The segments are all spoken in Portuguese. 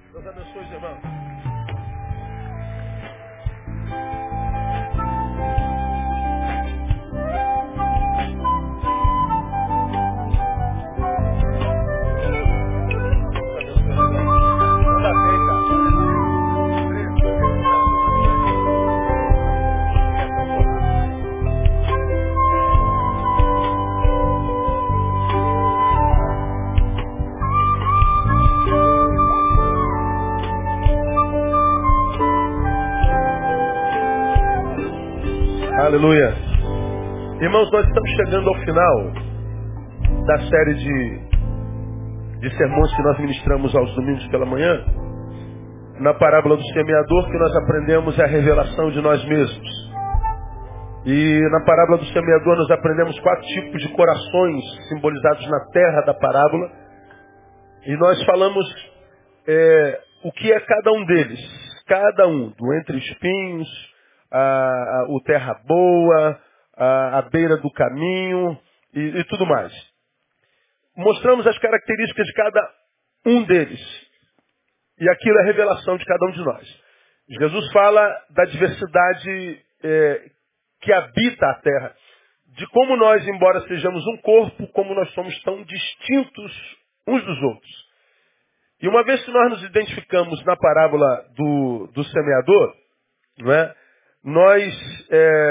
Deus abençoe os irmãos. Deus abençoe, legal. Manda bem, cara. Aleluia. Creio que tá fazendo bem. Fica transformado. Aleluia. Irmãos, nós estamos chegando ao final da série de sermões que nós ministramos aos domingos pela manhã. Na parábola do semeador, que nós aprendemos a revelação de nós mesmos. E na parábola do semeador nós aprendemos 4 tipos de corações simbolizados na terra da parábola. E nós falamos o que é cada um deles. Cada um, do entre espinhos, o terra boa, a beira do caminho e tudo mais. Mostramos as características de cada um deles. E aquilo é a revelação de cada um de nós. Jesus fala da diversidade que habita a terra. De como nós, embora sejamos um corpo, como nós somos tão distintos uns dos outros. E uma vez que nós nos identificamos na parábola do semeador, não é? Nós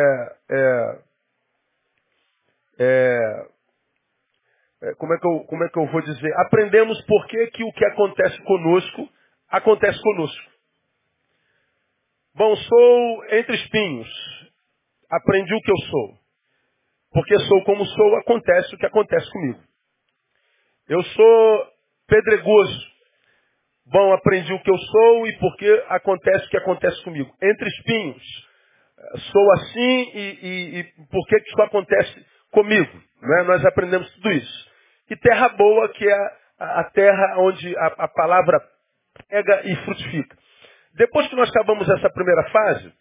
como é que eu vou dizer? Aprendemos por que o que acontece conosco. Bom, sou entre espinhos. Aprendi o que eu sou. Porque sou como sou, acontece o que acontece comigo. Eu sou pedregoso. Bom, aprendi o que eu sou e porque acontece o que acontece comigo. Entre espinhos. Sou assim e por que isso acontece comigo? Né? Nós aprendemos tudo isso. E terra boa, que é a terra onde a palavra pega e frutifica. Depois que nós acabamos essa primeira fase,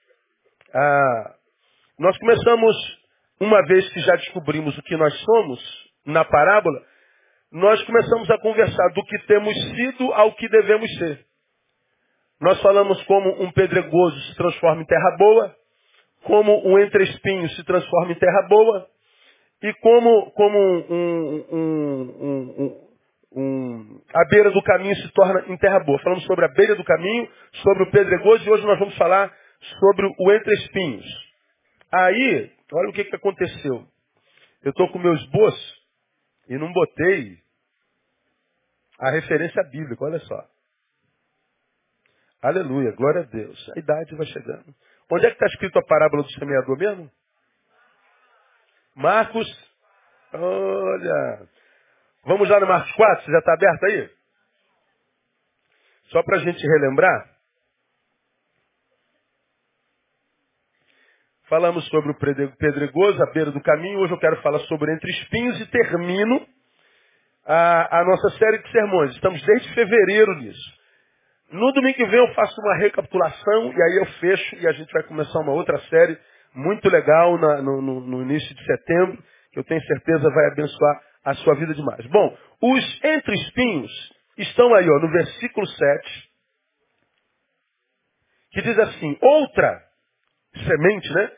nós começamos, uma vez que já descobrimos o que nós somos na parábola, nós começamos a conversar do que temos sido ao que devemos ser. Nós falamos como um pedregoso se transforma em terra boa, como um entre espinhos se transforma em terra boa, e como a beira do caminho se torna em terra boa. Falamos sobre a beira do caminho, sobre o pedregoso, e hoje nós vamos falar sobre o entre espinhos. Aí, olha o que aconteceu. Eu estou com o meu esboço e não botei a referência bíblica, olha só. Aleluia, glória a Deus. A idade vai chegando. Onde é que está escrito a parábola do semeador mesmo? Marcos, olha. Vamos lá no Marcos 4, você já está aberto aí? Só para a gente relembrar. Falamos sobre o pedregoso, a beira do caminho. Hoje eu quero falar sobre entre espinhos e termino a nossa série de sermões. Estamos desde fevereiro nisso. No domingo que vem eu faço uma recapitulação e aí eu fecho e a gente vai começar uma outra série muito legal no início de setembro, que eu tenho certeza vai abençoar a sua vida demais. Bom, os entre espinhos estão aí no versículo 7, que diz assim: outra semente, né?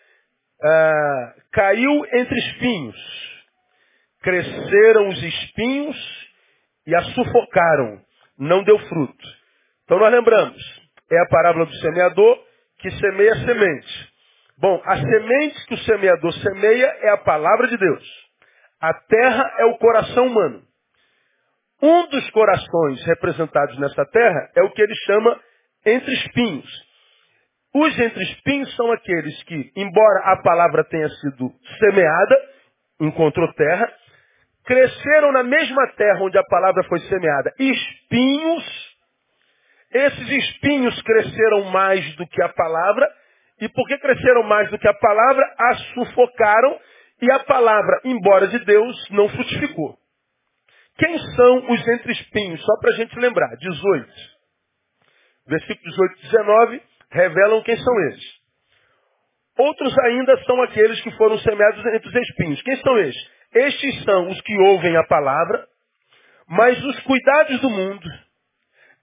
Caiu entre espinhos. Cresceram os espinhos e a sufocaram. Não deu fruto. Então nós lembramos, é a parábola do semeador que semeia a semente. Bom, a semente que o semeador semeia é a palavra de Deus. A terra é o coração humano. Um dos corações representados nessa terra é o que ele chama entre espinhos. Os entre espinhos são aqueles que, embora a palavra tenha sido semeada, encontrou terra, cresceram na mesma terra onde a palavra foi semeada espinhos. Esses espinhos cresceram mais do que a palavra, e porque cresceram mais do que a palavra, a sufocaram, e a palavra, embora de Deus, não frutificou. Quem são os entre espinhos? Só para a gente lembrar, 18. Versículo 18 e 19 revelam quem são eles. Outros ainda são aqueles que foram semeados entre os espinhos. Quem são estes? Estes são os que ouvem a palavra, mas os cuidados do mundo,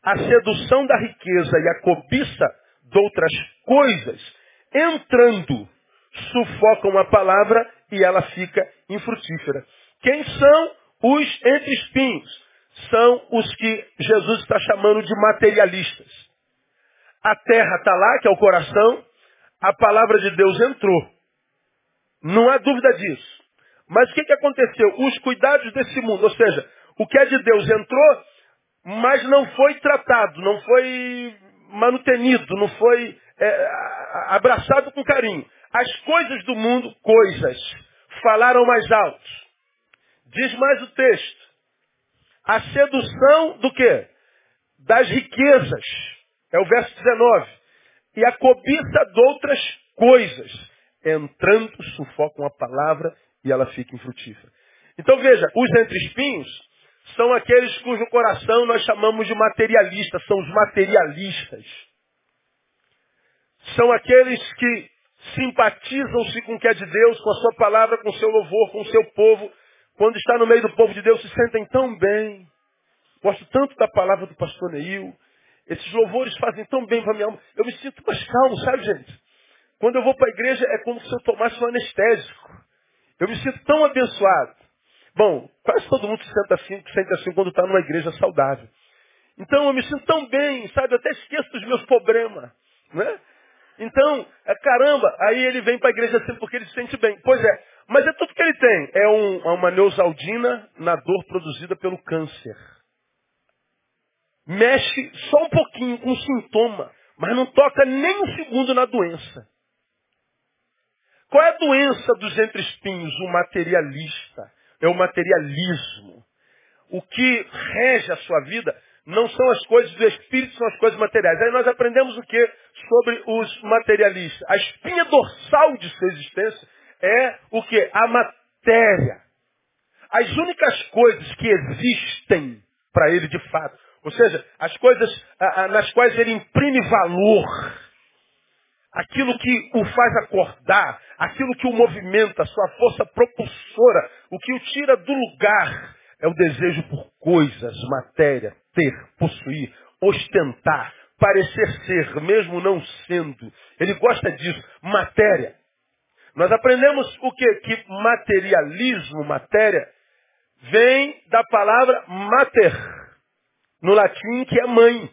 a sedução da riqueza e a cobiça de outras coisas, entrando, sufocam a palavra e ela fica infrutífera. Quem são os entre espinhos? São os que Jesus está chamando de materialistas. A terra está lá, que é o coração, a palavra de Deus entrou. Não há dúvida disso. Mas o que aconteceu? Os cuidados desse mundo, ou seja, o que é de Deus entrou, mas não foi tratado, não foi manutenido, não foi abraçado com carinho. As coisas do mundo, coisas, falaram mais alto. Diz mais o texto. A sedução do quê? Das riquezas. É o verso 19. E a cobiça de outras coisas. Entrando, sufocam a palavra e ela fica infrutífera. Então veja, os entre espinhos são aqueles cujo coração nós chamamos de materialistas. São os materialistas. São aqueles que simpatizam-se com o que é de Deus, com a sua palavra, com o seu louvor, com o seu povo. Quando está no meio do povo de Deus, se sentem tão bem. Gosto tanto da palavra do pastor Neil. Esses louvores fazem tão bem para a minha alma. Eu me sinto mais calmo, sabe, gente? Quando eu vou para a igreja, é como se eu tomasse um anestésico. Eu me sinto tão abençoado. Bom, quase todo mundo se sente assim quando está numa igreja saudável. Então, eu me sinto tão bem, sabe? Eu até esqueço dos meus problemas, né? Então, caramba, aí ele vem para a igreja assim porque ele se sente bem. Pois é, mas é tudo que ele tem. É uma neosaldina na dor produzida pelo câncer. Mexe só um pouquinho com o sintoma, mas não toca nem um segundo na doença. Qual é a doença dos entre espinhos? O materialista. É o materialismo. O que rege a sua vida não são as coisas do espírito, são as coisas materiais. Aí nós aprendemos o que sobre os materialistas? A espinha dorsal de sua existência é o que? A matéria. As únicas coisas que existem para ele de fato, ou seja, as coisas nas quais ele imprime valor, aquilo que o faz acordar, aquilo que o movimenta, a sua força propulsora, o que o tira do lugar, é o desejo por coisas, matéria, ter, possuir, ostentar, parecer ser, mesmo não sendo. Ele gosta disso, matéria. Nós aprendemos o quê? Que materialismo, matéria, vem da palavra mater, no latim, que é mãe.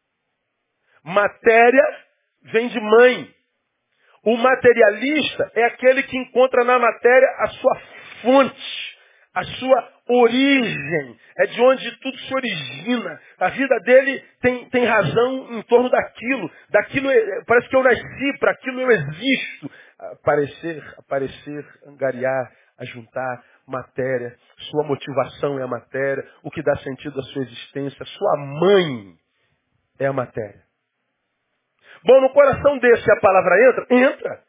Matéria vem de mãe. O materialista é aquele que encontra na matéria a sua fonte, a sua origem. É de onde tudo se origina. A vida dele tem razão em torno daquilo. Parece que eu nasci, para aquilo eu existo. Aparecer, angariar, ajuntar matéria. Sua motivação é a matéria. O que dá sentido à sua existência. Sua mãe é a matéria. Bom, no coração desse a palavra entra? Entra.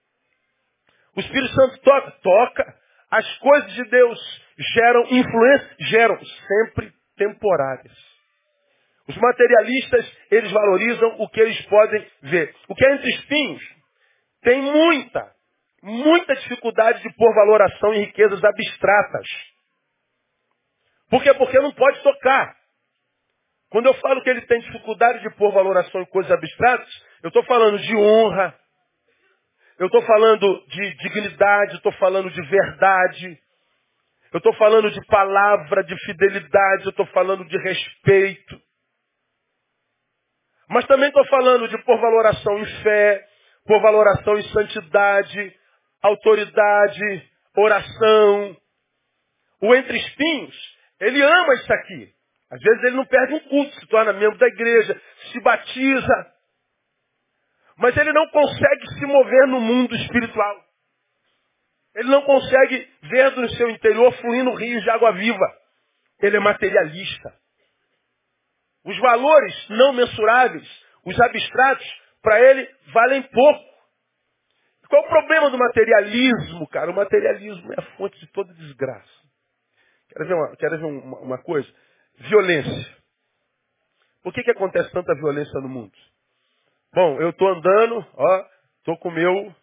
O Espírito Santo toca? Toca. As coisas de Deus geram influência? Geram. Sempre temporárias. Os materialistas, eles valorizam o que eles podem ver. O que é entre espinhos tem muita dificuldade de pôr valoração em riquezas abstratas. Por quê? Porque não pode tocar. Quando eu falo que ele tem dificuldade de pôr valoração em coisas abstratas, eu estou falando de honra, eu estou falando de dignidade, eu estou falando de verdade, eu estou falando de palavra, de fidelidade, eu estou falando de respeito. Mas também estou falando de pôr valoração em fé, pôr valoração em santidade, autoridade, oração. O entre espinhos, ele ama isso aqui. Às vezes ele não perde um culto, se torna membro da igreja, se batiza. Mas ele não consegue se mover no mundo espiritual. Ele não consegue ver do seu interior fluindo rios de água viva. Ele é materialista. Os valores não mensuráveis, os abstratos, para ele valem pouco. Qual é o problema do materialismo, cara? O materialismo é a fonte de toda desgraça. Quer ver uma coisa? Violência. Por que acontece tanta violência no mundo? Bom, eu estou andando, estou com o meu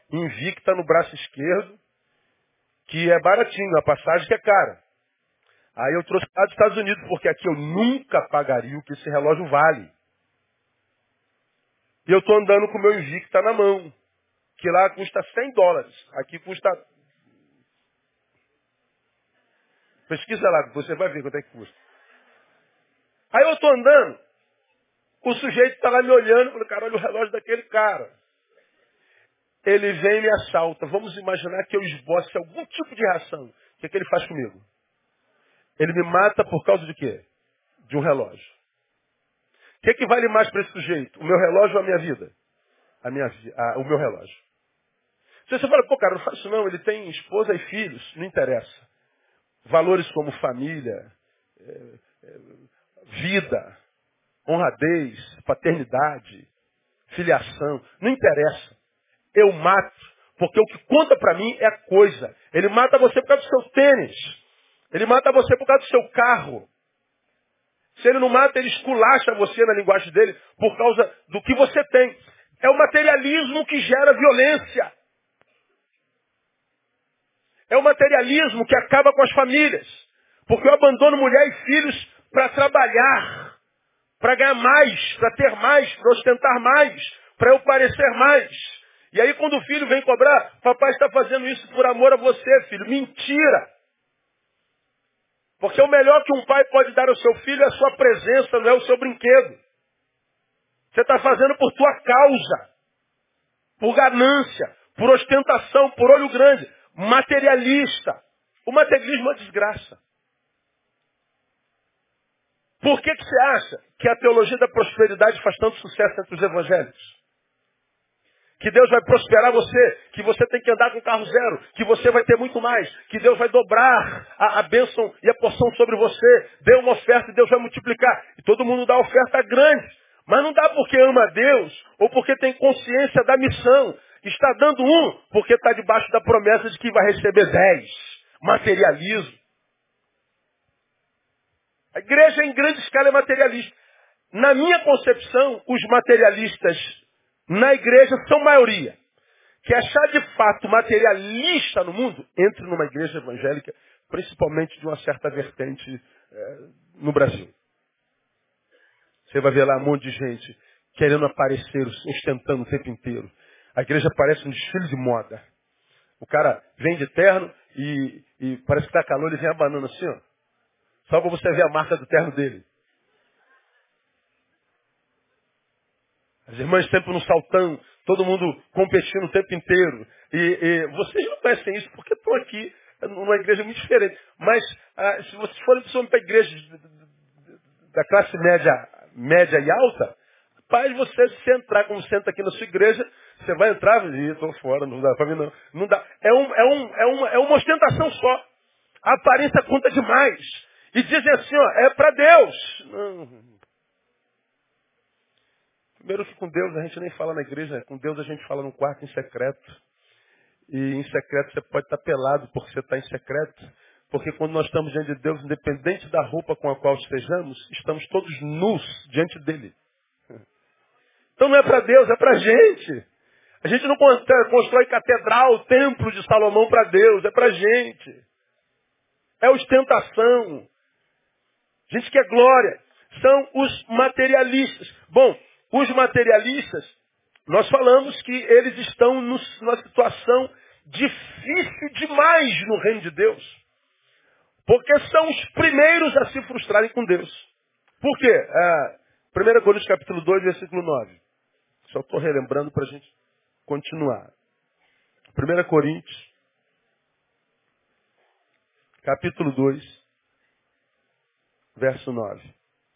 Invicta no braço esquerdo, que é baratinho, a passagem que é cara. Aí eu trouxe lá dos Estados Unidos, porque aqui eu nunca pagaria o que esse relógio vale. E eu estou andando com o meu Invicta na mão, que lá custa $100. Aqui custa... Pesquisa lá, você vai ver quanto é que custa. Aí eu estou andando, o sujeito está lá me olhando, falei, cara, olha o relógio daquele cara. Ele vem e me assalta. Vamos imaginar que eu esboce algum tipo de reação. O que é que ele faz comigo? Ele me mata por causa de quê? De um relógio. O que é que vale mais para esse sujeito? O meu relógio ou a minha vida? O meu relógio. Se você fala, pô, cara, não faz isso não, ele tem esposa e filhos, não interessa. Valores como família, vida, honradez, paternidade, filiação, não interessa. Eu mato, porque o que conta para mim é a coisa. Ele mata você por causa do seu tênis. Ele mata você por causa do seu carro. Se ele não mata, ele esculacha você na linguagem dele por causa do que você tem. É o materialismo que gera violência. É o materialismo que acaba com as famílias. Porque eu abandono mulher e filhos para trabalhar, para ganhar mais, para ter mais, para ostentar mais, para eu parecer mais. E aí quando o filho vem cobrar, papai está fazendo isso por amor a você, filho. Mentira! Porque o melhor que um pai pode dar ao seu filho é a sua presença, não é o seu brinquedo. Você está fazendo por tua causa, por ganância, por ostentação, por olho grande, materialista. O materialismo é uma desgraça. Por que você acha que a teologia da prosperidade faz tanto sucesso entre os evangélicos? Que Deus vai prosperar você, que você tem que andar com carro zero, que você vai ter muito mais, que Deus vai dobrar a bênção e a porção sobre você. Dê uma oferta e Deus vai multiplicar. E todo mundo dá oferta grande. Mas não dá porque ama a Deus ou porque tem consciência da missão. Está dando porque está debaixo da promessa de que vai receber 10. Materialismo. A igreja em grande escala é materialista. Na minha concepção, os materialistas na igreja são maioria. Que achar de fato materialista no mundo, entre numa igreja evangélica, principalmente de uma certa vertente no Brasil. Você vai ver lá um monte de gente querendo aparecer, ostentando o tempo inteiro. A igreja parece um desfile de moda. O cara vem de terno e parece que está calor, ele vem abanando assim, ó. Só para você ver a marca do terno dele. As irmãs sempre no saltão, todo mundo competindo o tempo inteiro. E vocês não conhecem isso porque estão aqui numa igreja muito diferente. Mas se vocês forem para igrejas da classe média e alta, rapaz, você se entrar como senta aqui na sua igreja, você vai entrar e estou fora, não dá para mim não. Não dá. É uma ostentação só. A aparência conta demais. E dizem assim, ó, é para Deus. Não. Primeiro que com Deus a gente nem fala na igreja, né? Com Deus a gente fala no quarto em secreto. E em secreto você pode estar pelado porque você está em secreto. Porque quando nós estamos diante de Deus, independente da roupa com a qual estejamos, estamos todos nus diante dele. Então não é para Deus, é para a gente. A gente não constrói catedral, templo de Salomão para Deus, é para a gente. É ostentação. A gente quer glória. São os materialistas. Bom, os materialistas, nós falamos que eles estão numa situação difícil demais no reino de Deus. Porque são os primeiros a se frustrarem com Deus. Por quê? 1 Coríntios capítulo 2, versículo 9. Só estou relembrando para a gente continuar. 1 Coríntios, capítulo 2, verso 9.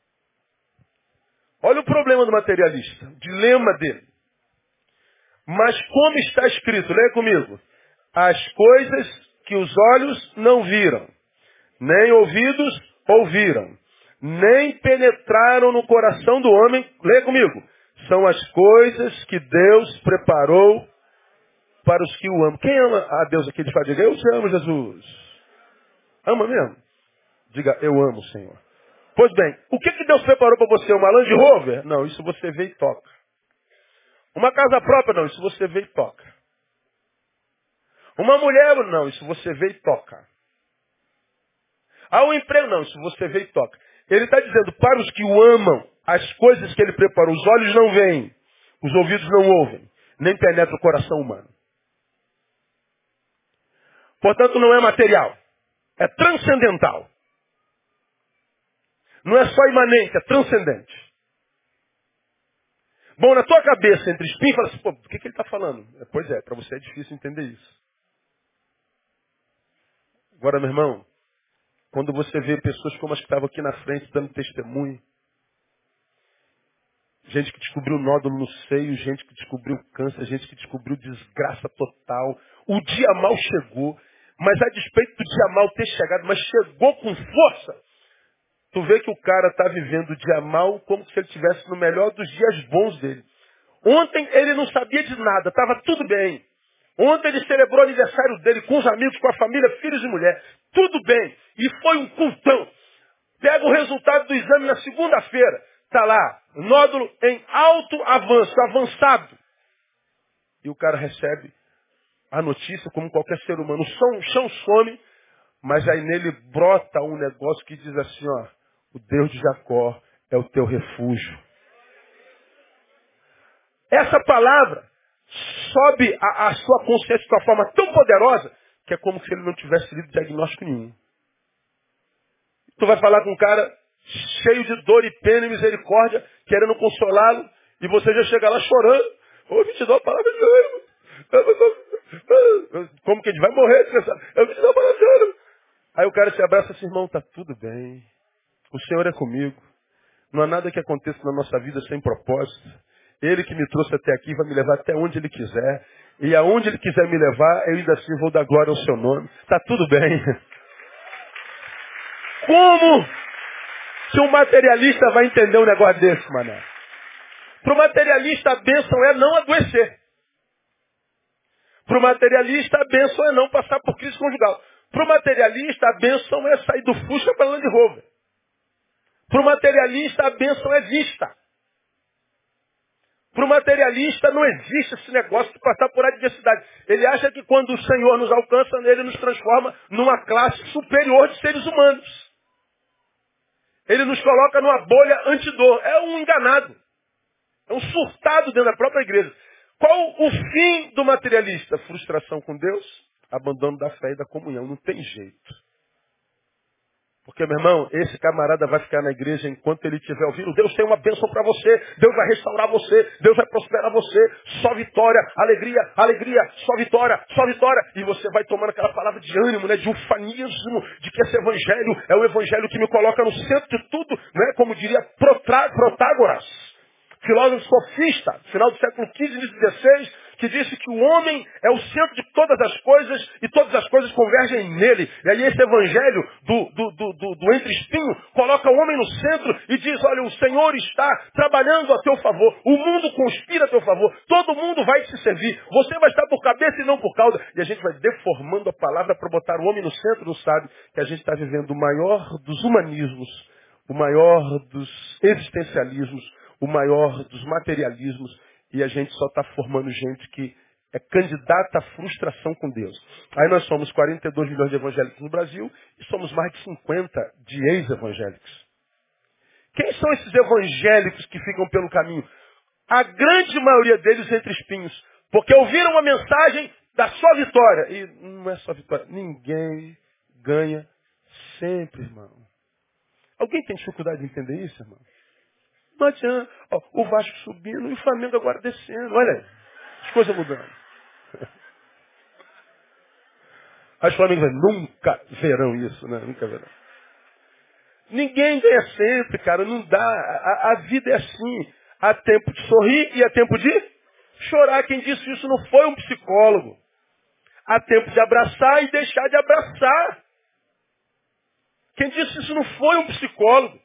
Olha o problema do materialista, o dilema dele. Mas como está escrito, leia comigo. As coisas que os olhos não viram, nem ouvidos ouviram, nem penetraram no coração do homem, leia comigo. São as coisas que Deus preparou para os que o amam. Quem ama a Deus aqui de fato? Diga, eu te amo, Jesus. Ama mesmo? Diga, eu amo, Senhor. Pois bem, o que Deus preparou para você? Uma Land Rover? Não, isso você vê e toca. Uma casa própria? Não, isso você vê e toca. Uma mulher? Não, isso você vê e toca. Ah, o emprego não, se você vê e toca. Ele está dizendo, para os que o amam, as coisas que ele preparou, os olhos não veem, os ouvidos não ouvem, nem penetra o coração humano. Portanto, não é material, é transcendental. Não é só imanente, é transcendente. Bom, na tua cabeça, entre espinho, fala assim, pô, do que ele está falando? Pois é, para você é difícil entender isso. Agora, meu irmão, quando você vê pessoas como as que estavam aqui na frente dando testemunho, gente que descobriu nódulo no seio, gente que descobriu câncer, gente que descobriu desgraça total. O dia mal chegou, mas a despeito do dia mal ter chegado, mas chegou com força. Tu vê que o cara está vivendo o dia mal como se ele estivesse no melhor dos dias bons dele. Ontem ele não sabia de nada, estava tudo bem. Ontem ele celebrou o aniversário dele com os amigos, com a família, filhos e mulher. Tudo bem. E foi um cultão. Pega o resultado do exame na segunda-feira. Está lá, nódulo em alto avanço, avançado. E o cara recebe a notícia como qualquer ser humano. O chão some, mas aí nele brota um negócio que diz assim, ó, o Deus de Jacó é o teu refúgio. Essa palavra sobe a sua consciência de uma forma tão poderosa que é como se ele não tivesse lido diagnóstico nenhum. Tu vai falar com um cara cheio de dor e pena e misericórdia, querendo consolá-lo, e você já chega lá chorando. Ô, vim te dar uma palavra de ânimo. Como que a gente vai morrer, desgraçado? Eu vim te dar uma palavra de ânimo. Aí o cara se abraça assim, irmão, tá tudo bem. O Senhor é comigo. Não há nada que aconteça na nossa vida sem propósito. Ele que me trouxe até aqui vai me levar até onde Ele quiser. E aonde Ele quiser me levar, eu ainda assim vou dar glória ao Seu nome. Tá tudo bem. Como que um materialista vai entender um negócio desse, mané? Para o materialista, a bênção é não adoecer. Para o materialista, a bênção é não passar por crise conjugal. Para o materialista, a bênção é sair do Fusca para Land Rover. Para o materialista, a bênção é vista. Para o materialista, não existe esse negócio de passar por adversidade. Ele acha que quando o Senhor nos alcança, ele nos transforma numa classe superior de seres humanos. Ele nos coloca numa bolha antidor. É um enganado. É um surtado dentro da própria igreja. Qual o fim do materialista? Frustração com Deus, abandono da fé e da comunhão. Não tem jeito. Porque, meu irmão, esse camarada vai ficar na igreja enquanto ele estiver ouvindo. Deus tem uma bênção para você. Deus vai restaurar você. Deus vai prosperar você. Só vitória, alegria, alegria. Só vitória, só vitória. E você vai tomando aquela palavra de ânimo, né, de ufanismo, de que esse evangelho é o evangelho que me coloca no centro de tudo. Né, como diria Protágoras. Filósofo sofista, final do século XV e XVI, que disse que o homem é o centro de todas as coisas e todas as coisas convergem nele. E aí esse evangelho do entre espinho coloca o homem no centro e diz, olha, o Senhor está trabalhando a teu favor, o mundo conspira a teu favor, todo mundo vai te servir, você vai estar por cabeça e não por causa. E a gente vai deformando a palavra para botar o homem no centro, não sabe que a gente está vivendo o maior dos humanismos, o maior dos existencialismos, o maior dos materialismos, e a gente só está formando gente que é candidata à frustração com Deus. Aí nós somos 42 milhões de evangélicos no Brasil e somos mais de 50 de ex-evangélicos. Quem são esses evangélicos que ficam pelo caminho? A grande maioria deles entre espinhos, porque ouviram uma mensagem da sua vitória. E não é só vitória. Ninguém ganha sempre, irmão. Alguém tem dificuldade de entender isso, irmão? Não adianta. Ó, o Vasco subindo e o Flamengo agora descendo. Olha aí. As coisas mudando. As Flamengo nunca verão isso, né? Nunca verão. Ninguém ganha sempre, cara. Não dá. A vida é assim. Há tempo de sorrir e há tempo de chorar. Quem disse isso não foi um psicólogo. Há tempo de abraçar e deixar de abraçar. Quem disse isso não foi um psicólogo.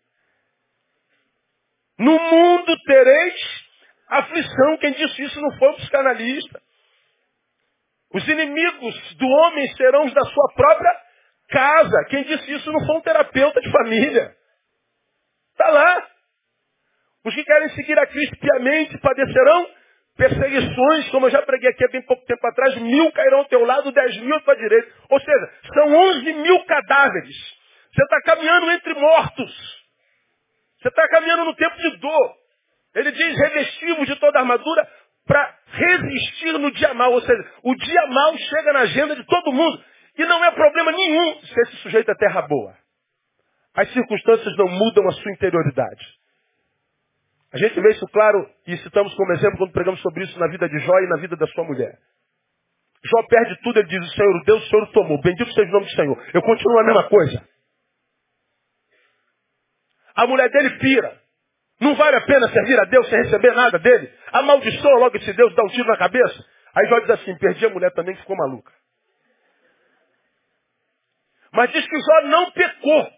No mundo tereis aflição. Quem disse isso não foi um psicanalista. Os inimigos do homem serão os da sua própria casa. Quem disse isso não foi um terapeuta de família. Está lá. Os que querem seguir a Cristo piamente padecerão perseguições, como eu já preguei aqui há bem pouco tempo atrás, 1000 cairão ao teu lado, 10.000 à tua direita. Ou seja, são 11.000 cadáveres Você está caminhando entre mortos. Você está caminhando no tempo de dor. Ele diz, revestimos de toda a armadura para resistir no dia mal. Ou seja, o dia mal chega na agenda de todo mundo. E não é problema nenhum ser esse sujeito a terra boa. As circunstâncias não mudam a sua interioridade. A gente vê isso claro e citamos como exemplo quando pregamos sobre isso na vida de Jó e na vida da sua mulher. Jó perde tudo, ele diz, o Senhor Deus, o Senhor tomou. Bendito seja o nome do Senhor. Eu continuo a mesma coisa. A mulher dele pira. Não vale a pena servir a Deus sem receber nada dele. Amaldiçoa logo esse Deus, dá um tiro na cabeça. Aí Jó diz assim, perdi a mulher também que ficou maluca. Mas diz que Jó não pecou.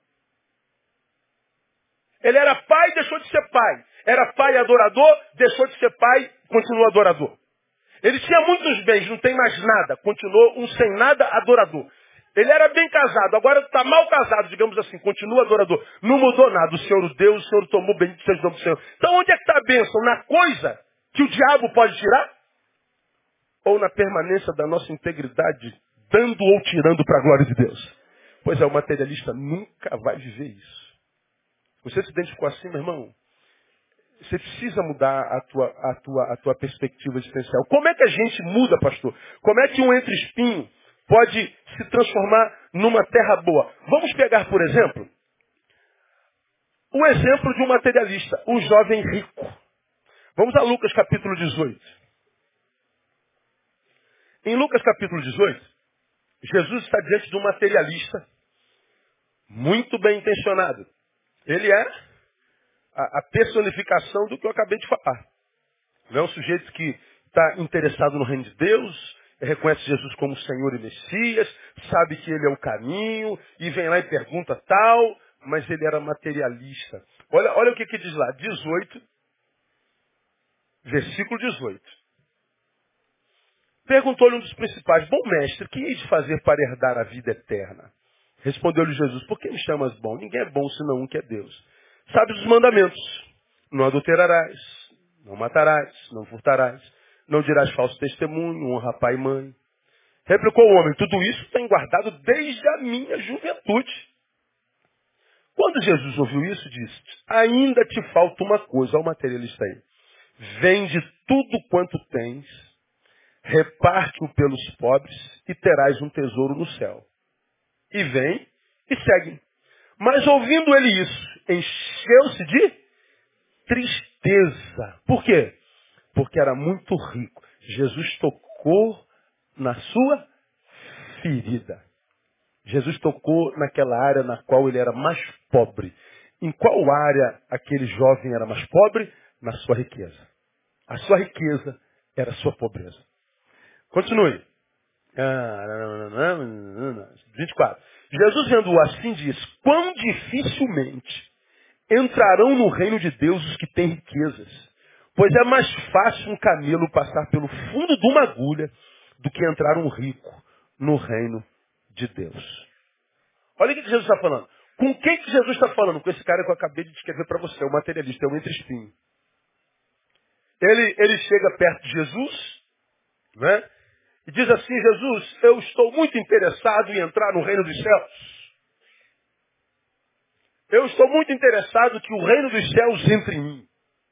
Ele era pai, deixou de ser pai. Era pai adorador, deixou de ser pai, continua adorador. Ele tinha muitos bens, não tem mais nada. Continuou um sem nada adorador. Ele era bem casado, agora está mal casado, digamos assim, continua adorador. Não mudou nada. O Senhor o deu, o Senhor tomou, bendito seja o nome do Senhor. Então onde é que está a bênção? Na coisa que o diabo pode tirar? Ou na permanência da nossa integridade, dando ou tirando para a glória de Deus? Pois é, o materialista nunca vai viver isso. Você se identificou assim, meu irmão? Você precisa mudar a tua perspectiva existencial. Como é que a gente muda, pastor? Como é que um entre-espinho pode se transformar numa terra boa? Vamos pegar, por exemplo, o exemplo de um materialista, um jovem rico. Vamos a Lucas capítulo 18. Em Lucas capítulo 18, Jesus está diante de um materialista muito bem intencionado. Ele é a personificação do que eu acabei de falar. Não é um sujeito que está interessado no reino de Deus, reconhece Jesus como Senhor e Messias, sabe que Ele é o caminho, e vem lá e pergunta tal, mas ele era materialista. Olha o que diz lá, 18, versículo 18. Perguntou-lhe um dos principais, bom mestre, que hei de fazer para herdar a vida eterna? Respondeu-lhe Jesus, por que me chamas bom? Ninguém é bom senão um que é Deus. Sabes os mandamentos, não adulterarás, não matarás, não furtarás, não dirás falso testemunho, honra pai e mãe. Replicou o homem, tudo isso tem guardado desde a minha juventude. Quando Jesus ouviu isso, disse, ainda te falta uma coisa, ao materialista aí. Vende tudo quanto tens, reparte-o pelos pobres e terás um tesouro no céu. E vem e segue. Mas ouvindo ele isso, encheu-se de tristeza. Por quê? Porque era muito rico. Jesus tocou na sua ferida. Jesus tocou naquela área na qual ele era mais pobre. Em qual área aquele jovem era mais pobre? Na sua riqueza. A sua riqueza era a sua pobreza. Continue. 24. Jesus vendo-o assim diz, quão dificilmente entrarão no reino de Deus os que têm riquezas. Pois é mais fácil um camelo passar pelo fundo de uma agulha do que entrar um rico no reino de Deus. Olha o que Jesus está falando. Com quem que Jesus está falando? Com esse cara que eu acabei de descrever para você, o materialista, é um entre-espinho. Ele chega perto de Jesus, né? E diz assim, Jesus, eu estou muito interessado em entrar no reino dos céus. Eu estou muito interessado que o reino dos céus entre em mim.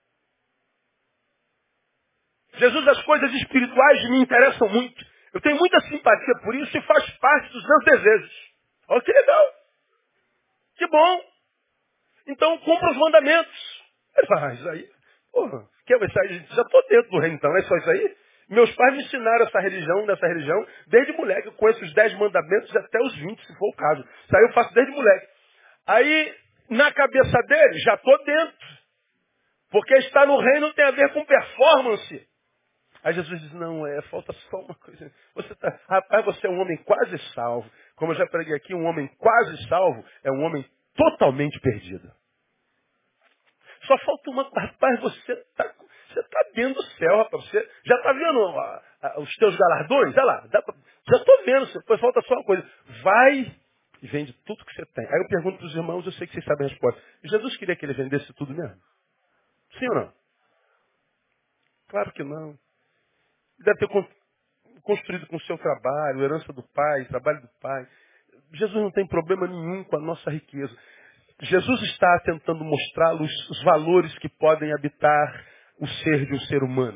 Jesus, as coisas espirituais me interessam muito. Eu tenho muita simpatia por isso e faz parte dos meus desejos. Olha que legal. Que bom. Então cumpra os mandamentos. Ele fala, isso aí, porra, que vai sair? Já estou dentro do reino então, é só isso aí? Meus pais me ensinaram nessa religião, desde moleque. Eu conheço os 10 mandamentos até os 20, se for o caso. Isso aí eu faço desde moleque. Aí, na cabeça dele, já estou dentro. Porque estar no reino tem a ver com performance. Aí Jesus diz, não, falta só uma coisa. Rapaz, você é um homem quase salvo. Como eu já preguei aqui, um homem quase salvo é um homem totalmente perdido. Só falta uma. Rapaz, você está dentro do céu, rapaz. Você já está vendo os teus galardões? Olha lá, já estou vendo. Depois falta só uma coisa. Vai e vende tudo que você tem. Aí eu pergunto para os irmãos, eu sei que vocês sabem a resposta. Jesus queria que ele vendesse tudo mesmo? Sim ou não? Claro que não. Deve ter construído com o seu trabalho, herança do pai, trabalho do pai. Jesus não tem problema nenhum com a nossa riqueza. Jesus está tentando mostrar os valores que podem habitar o ser de um ser humano.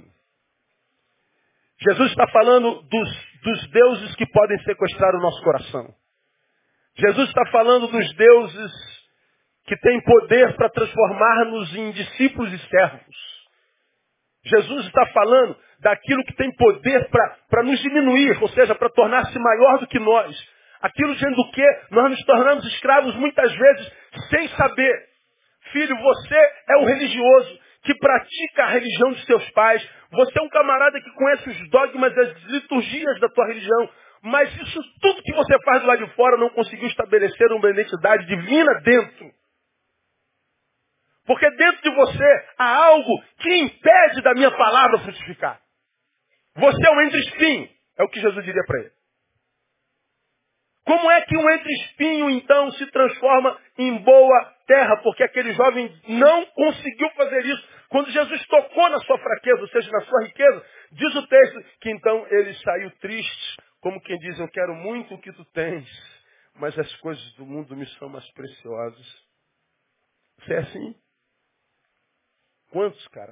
Jesus está falando dos deuses que podem sequestrar o nosso coração. Jesus está falando dos deuses que têm poder para transformar-nos em discípulos e servos. Jesus está falando daquilo que tem poder para nos diminuir, ou seja, para tornar-se maior do que nós. Aquilo diante do que nós nos tornamos escravos muitas vezes sem saber. Filho, você é um religioso que pratica a religião dos seus pais. Você é um camarada que conhece os dogmas e as liturgias da tua religião. Mas isso tudo que você faz do lado de fora não conseguiu estabelecer uma identidade divina dentro. Porque dentro de você há algo que impede da minha palavra frutificar. Você é um entre-espinho. É o que Jesus diria para ele. Como é que um entre-espinho, então, se transforma em boa terra? Porque aquele jovem não conseguiu fazer isso. Quando Jesus tocou na sua fraqueza, ou seja, na sua riqueza, diz o texto que então ele saiu triste, como quem diz, eu quero muito o que tu tens, mas as coisas do mundo me são mais preciosas. Você é assim? Quantos, cara?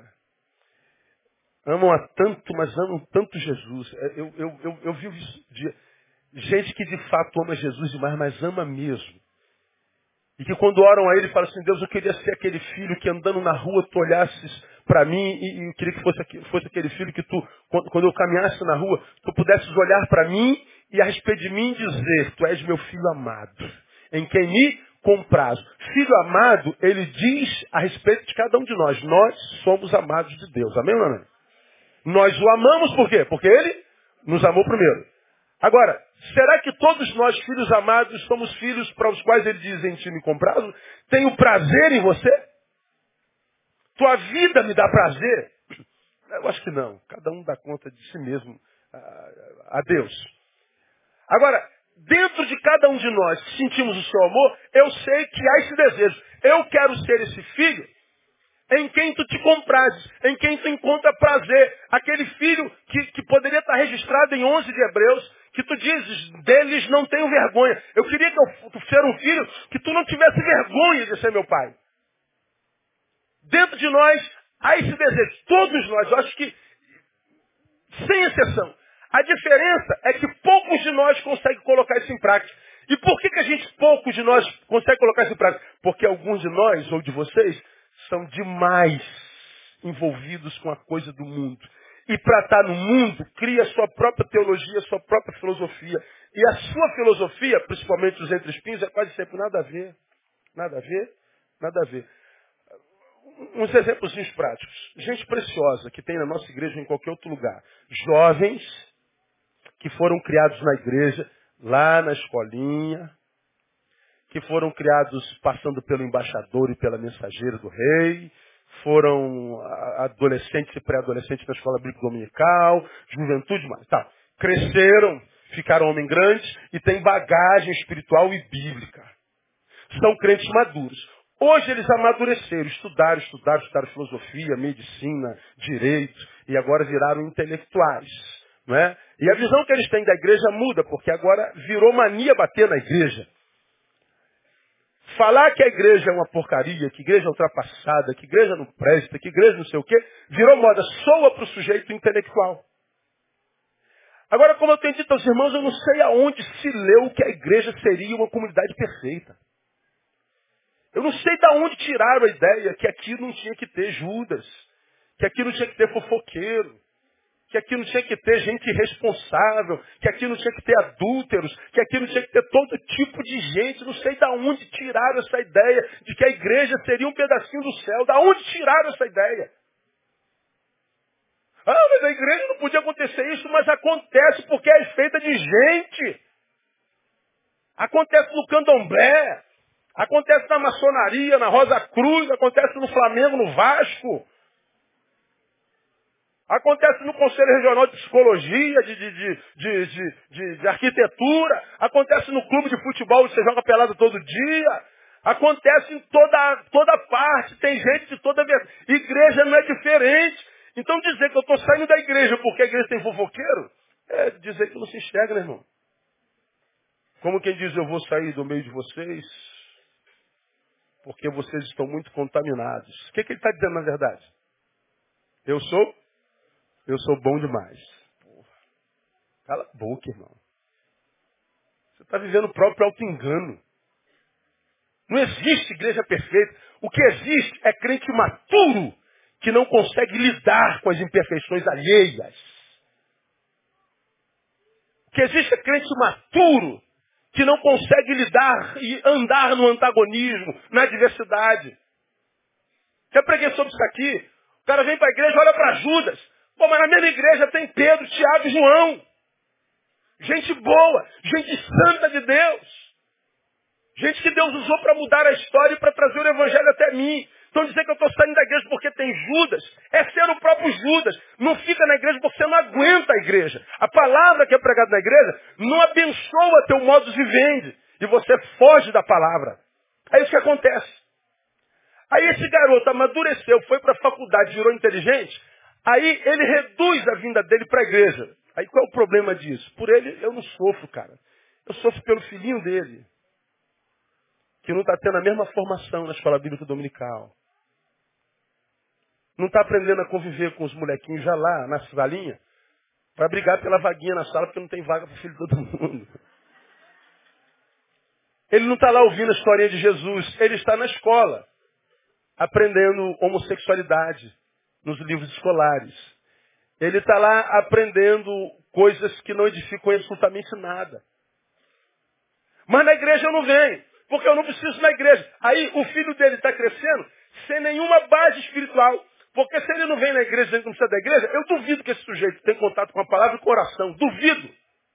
Amam a tanto, mas amam tanto Jesus. Eu vivo isso de gente que de fato ama Jesus demais, mas ama mesmo. E que quando oram a ele, falam assim, Deus, eu queria ser aquele filho que andando na rua tu olhasses para mim e eu queria que fosse aquele filho que tu, quando eu caminhasse na rua, tu pudesses olhar para mim e a respeito de mim dizer, tu és meu filho amado, em quem me comprazo. Filho amado, ele diz a respeito de cada um de nós. Nós somos amados de Deus. Amém ou não? Amém? Nós o amamos por quê? Porque ele nos amou primeiro. Agora, será que todos nós, filhos amados, somos filhos para os quais ele diz em ti me comprazo? Tenho prazer em você? Tua vida me dá prazer? Eu acho que não. Cada um dá conta de si mesmo a Deus. Agora, dentro de cada um de nós que sentimos o seu amor, eu sei que há esse desejo. Eu quero ser esse filho em quem tu te comprases, em quem tu encontra prazer. Aquele filho que poderia estar registrado em 11 de Hebreus, que tu dizes, deles não tenho vergonha. Eu queria que tu fosse um filho que tu não tivesse vergonha de ser meu pai. Dentro de nós há esse desejo. Todos nós, eu acho que, sem exceção. A diferença é que poucos de nós conseguem colocar isso em prática. E por que poucos de nós conseguem colocar isso em prática? Porque alguns de nós, ou de vocês, são demais envolvidos com a coisa do mundo. E para estar no mundo, cria a sua própria teologia, a sua própria filosofia. E a sua filosofia, principalmente os entre-espinhos, é quase sempre nada a ver. Nada a ver, nada a ver. Uns exemplos práticos. Gente preciosa que tem na nossa igreja ou em qualquer outro lugar. Jovens que foram criados na igreja, lá na escolinha, que foram criados passando pelo embaixador e pela mensageira do rei, foram adolescentes e pré-adolescentes na escola bíblica dominical, juventude, mas tal. Cresceram, ficaram homens grandes e têm bagagem espiritual e bíblica. São crentes maduros. Hoje eles amadureceram, estudaram filosofia, medicina, direito, e agora viraram intelectuais. Não é? E a visão que eles têm da igreja muda, porque agora virou mania bater na igreja. Falar que a igreja é uma porcaria, que a igreja é ultrapassada, que a igreja não presta, que a igreja não sei o quê, virou moda, soa para o sujeito intelectual. Agora, como eu tenho dito aos irmãos, eu não sei aonde se leu que a igreja seria uma comunidade perfeita. Eu não sei de onde tiraram a ideia que aqui não tinha que ter Judas, que aqui não tinha que ter fofoqueiro, que aqui não tinha que ter gente irresponsável, que aqui não tinha que ter adúlteros, que aqui não tinha que ter todo tipo de gente. Não sei de onde tiraram essa ideia de que a igreja seria um pedacinho do céu. De onde tiraram essa ideia? Ah, mas a igreja não podia acontecer isso, mas acontece porque é feita de gente. Acontece no candomblé, acontece na maçonaria, na Rosa Cruz, acontece no Flamengo, no Vasco. Acontece no Conselho Regional de Psicologia, de Arquitetura. Acontece no clube de futebol, onde você joga pelada todo dia. Acontece em toda parte. Tem gente de toda vez. Igreja não é diferente. Então dizer que eu estou saindo da igreja porque a igreja tem fofoqueiro, é dizer que não se enxerga, né, irmão? Como quem diz, eu vou sair do meio de vocês, porque vocês estão muito contaminados. O que ele está dizendo na verdade? Eu sou bom demais. Porra, cala a boca, irmão. Você está vivendo o próprio auto-engano. Não existe igreja perfeita. O que existe é crente maturo, que não consegue lidar com as imperfeições alheias. O que existe é crente maturo, que não consegue lidar e andar no antagonismo, na adversidade. Já preguei sobre isso aqui. O cara vem para a igreja, olha para Judas. Pô, mas na mesma igreja tem Pedro, Tiago e João. Gente boa, gente santa de Deus. Gente que Deus usou para mudar a história e para trazer o evangelho até mim. Então dizer que eu estou saindo da igreja porque tem Judas, é ser o próprio Judas. Não fica na igreja porque você não aguenta a igreja. A palavra que é pregada na igreja não abençoa teu modus vivendi. E você foge da palavra. É isso que acontece. Aí esse garoto amadureceu, foi para a faculdade, virou inteligente. Aí ele reduz a vinda dele para a igreja. Aí qual é o problema disso? Por ele eu não sofro, cara. Eu sofro pelo filhinho dele, que não está tendo a mesma formação na escola bíblica dominical. Não está aprendendo a conviver com os molequinhos já lá, na salinha, para brigar pela vaguinha na sala, porque não tem vaga para o filho de todo mundo. Ele não está lá ouvindo a historinha de Jesus, ele está na escola, aprendendo homossexualidade nos livros escolares. Ele está lá aprendendo coisas que não edificam absolutamente nada. Mas na igreja eu não venho, porque eu não preciso na igreja. Aí o filho dele está crescendo sem nenhuma base espiritual. Porque se ele não vem na igreja, ele não precisa da igreja, eu duvido que esse sujeito tenha contato com a palavra e com o coração. Duvido.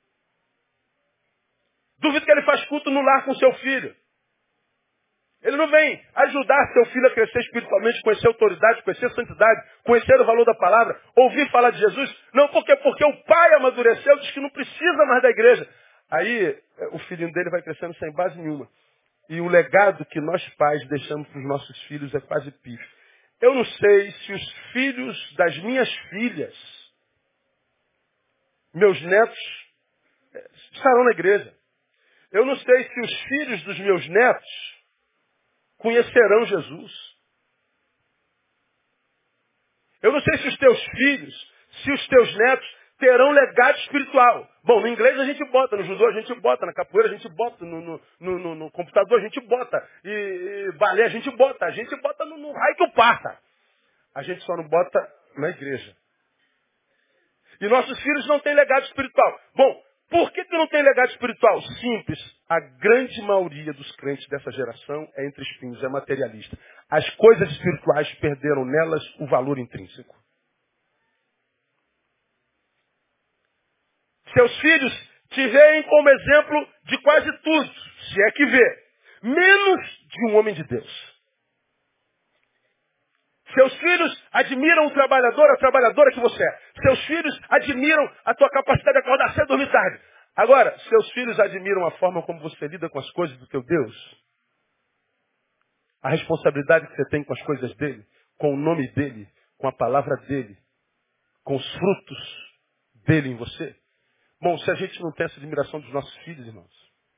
Duvido que ele faz culto no lar com seu filho. Ele não vem ajudar seu filho a crescer espiritualmente, conhecer a autoridade, conhecer a santidade, conhecer o valor da palavra, ouvir falar de Jesus. Não, porque o pai amadureceu, diz que não precisa mais da igreja. Aí o filhinho dele vai crescendo sem base nenhuma. E o legado que nós pais deixamos para os nossos filhos é quase pífio. Eu não sei se os filhos das minhas filhas, meus netos, estarão na igreja. Eu não sei se os filhos dos meus netos conhecerão Jesus. Eu não sei se os teus filhos, se os teus netos terão legado espiritual. Bom, no inglês a gente bota, no judô a gente bota, na capoeira a gente bota, no computador a gente bota, e balé a gente bota no raio que eu parta. A gente só não bota na igreja. E nossos filhos não têm legado espiritual. Bom, por que não tem legado espiritual? Simples. A grande maioria dos crentes dessa geração é entre espinhos, é materialista. As coisas espirituais perderam nelas o valor intrínseco. Seus filhos te veem como exemplo de quase tudo, se é que vê. Menos de um homem de Deus. Seus filhos admiram o trabalhador, a trabalhadora que você é. Seus filhos admiram a tua capacidade de acordar cedo e dormir tarde. Agora, seus filhos admiram a forma como você lida com as coisas do teu Deus. A responsabilidade que você tem com as coisas dele, com o nome dele, com a palavra dele, com os frutos dele em você. Bom, se a gente não tem essa admiração dos nossos filhos, irmãos,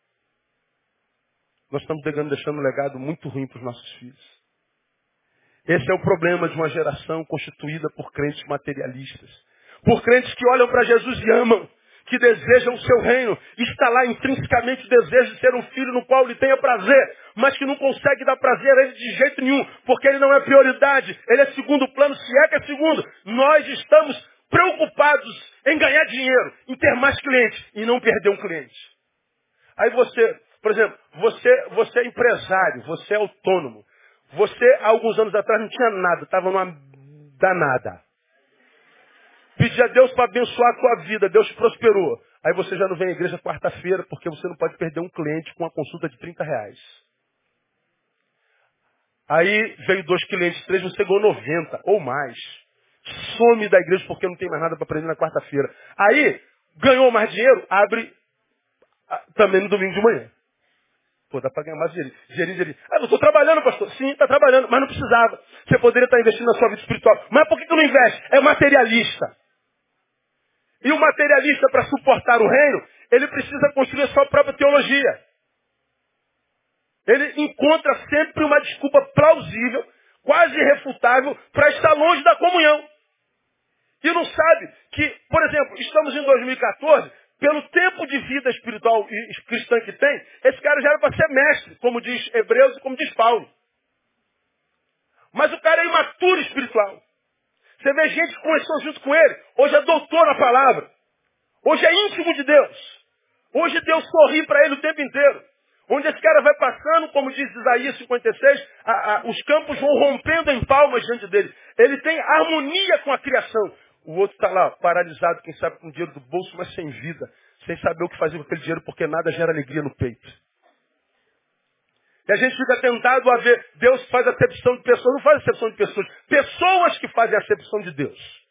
nós estamos deixando um legado muito ruim para os nossos filhos. Esse é o problema de uma geração constituída por crentes materialistas. Por crentes que olham para Jesus e amam, que desejam o seu reino. Está lá intrinsecamente o desejo de ser um filho no qual ele tenha prazer, mas que não consegue dar prazer a ele de jeito nenhum, porque ele não é prioridade, ele é segundo plano, se é que é segundo. Nós estamos preocupados em ganhar dinheiro, em ter mais clientes e não perder um cliente. Aí você, por exemplo, você é empresário, você é autônomo. Você, há alguns anos atrás, não tinha nada, estava numa danada. Pedia a Deus para abençoar a tua vida, Deus prosperou. Aí você já não vem à igreja quarta-feira, porque você não pode perder um cliente com uma consulta de R$30. Aí veio 2 clientes, 3, você ganhou 90 ou mais. Some da igreja porque não tem mais nada para aprender na quarta-feira. Aí, ganhou mais dinheiro, abre também no domingo de manhã. Pô, dá para ganhar mais dinheirinho. Ah, eu estou trabalhando, pastor. Sim, está trabalhando, mas não precisava. Você poderia estar investindo na sua vida espiritual. Mas por que não investe? É materialista. E o materialista, para suportar o reino, ele precisa construir a sua própria teologia. Ele encontra sempre uma desculpa plausível, quase irrefutável, para estar longe da comunhão. E não sabe que, por exemplo, estamos em 2014, pelo tempo de vida espiritual e cristã que tem, esse cara já era para ser mestre, como diz Hebreus e como diz Paulo. Mas o cara é imaturo espiritual. Você vê gente que começou junto com ele, hoje é doutor na palavra. Hoje é íntimo de Deus. Hoje Deus sorri para ele o tempo inteiro. Onde esse cara vai passando, como diz Isaías 56, os campos vão rompendo em palmas diante dele. Ele tem harmonia com a criação. O outro está lá, paralisado, quem sabe com dinheiro do bolso, mas sem vida. Sem saber o que fazer com aquele dinheiro, porque nada gera alegria no peito. E a gente fica tentado a ver, Deus faz acepção de pessoas, não faz acepção de pessoas. Pessoas que fazem acepção de Deus.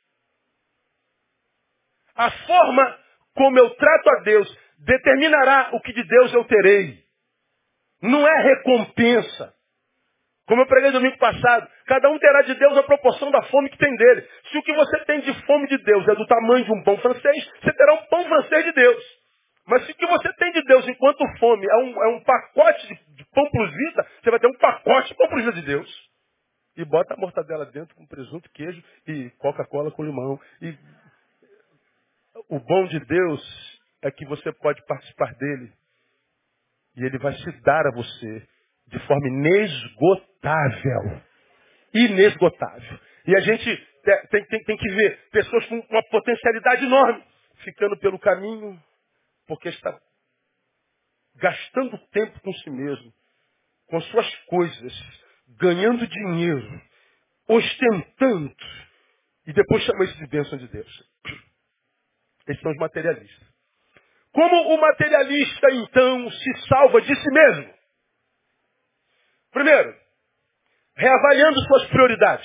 A forma como eu trato a Deus determinará o que de Deus eu terei. Não é recompensa. Como eu preguei domingo passado, cada um terá de Deus a proporção da fome que tem dele. Se o que você tem de fome de Deus é do tamanho de um pão francês, você terá um pão francês de Deus. Mas se o que você tem de Deus enquanto fome é um pacote de pão plus vida, você vai ter um pacote de pão plus vida de Deus. E bota a mortadela dentro com presunto, queijo e Coca-Cola com limão. E o bom de Deus é que você pode participar dele. E ele vai se dar a você de forma inesgotável. Inesgotável. E a gente tem que ver pessoas com uma potencialidade enorme ficando pelo caminho porque está gastando tempo com si mesmo, com suas coisas, ganhando dinheiro, ostentando e depois chama isso de bênção de Deus. Esses são os materialistas. Como o materialista, então, se salva de si mesmo? Primeiro, reavaliando suas prioridades.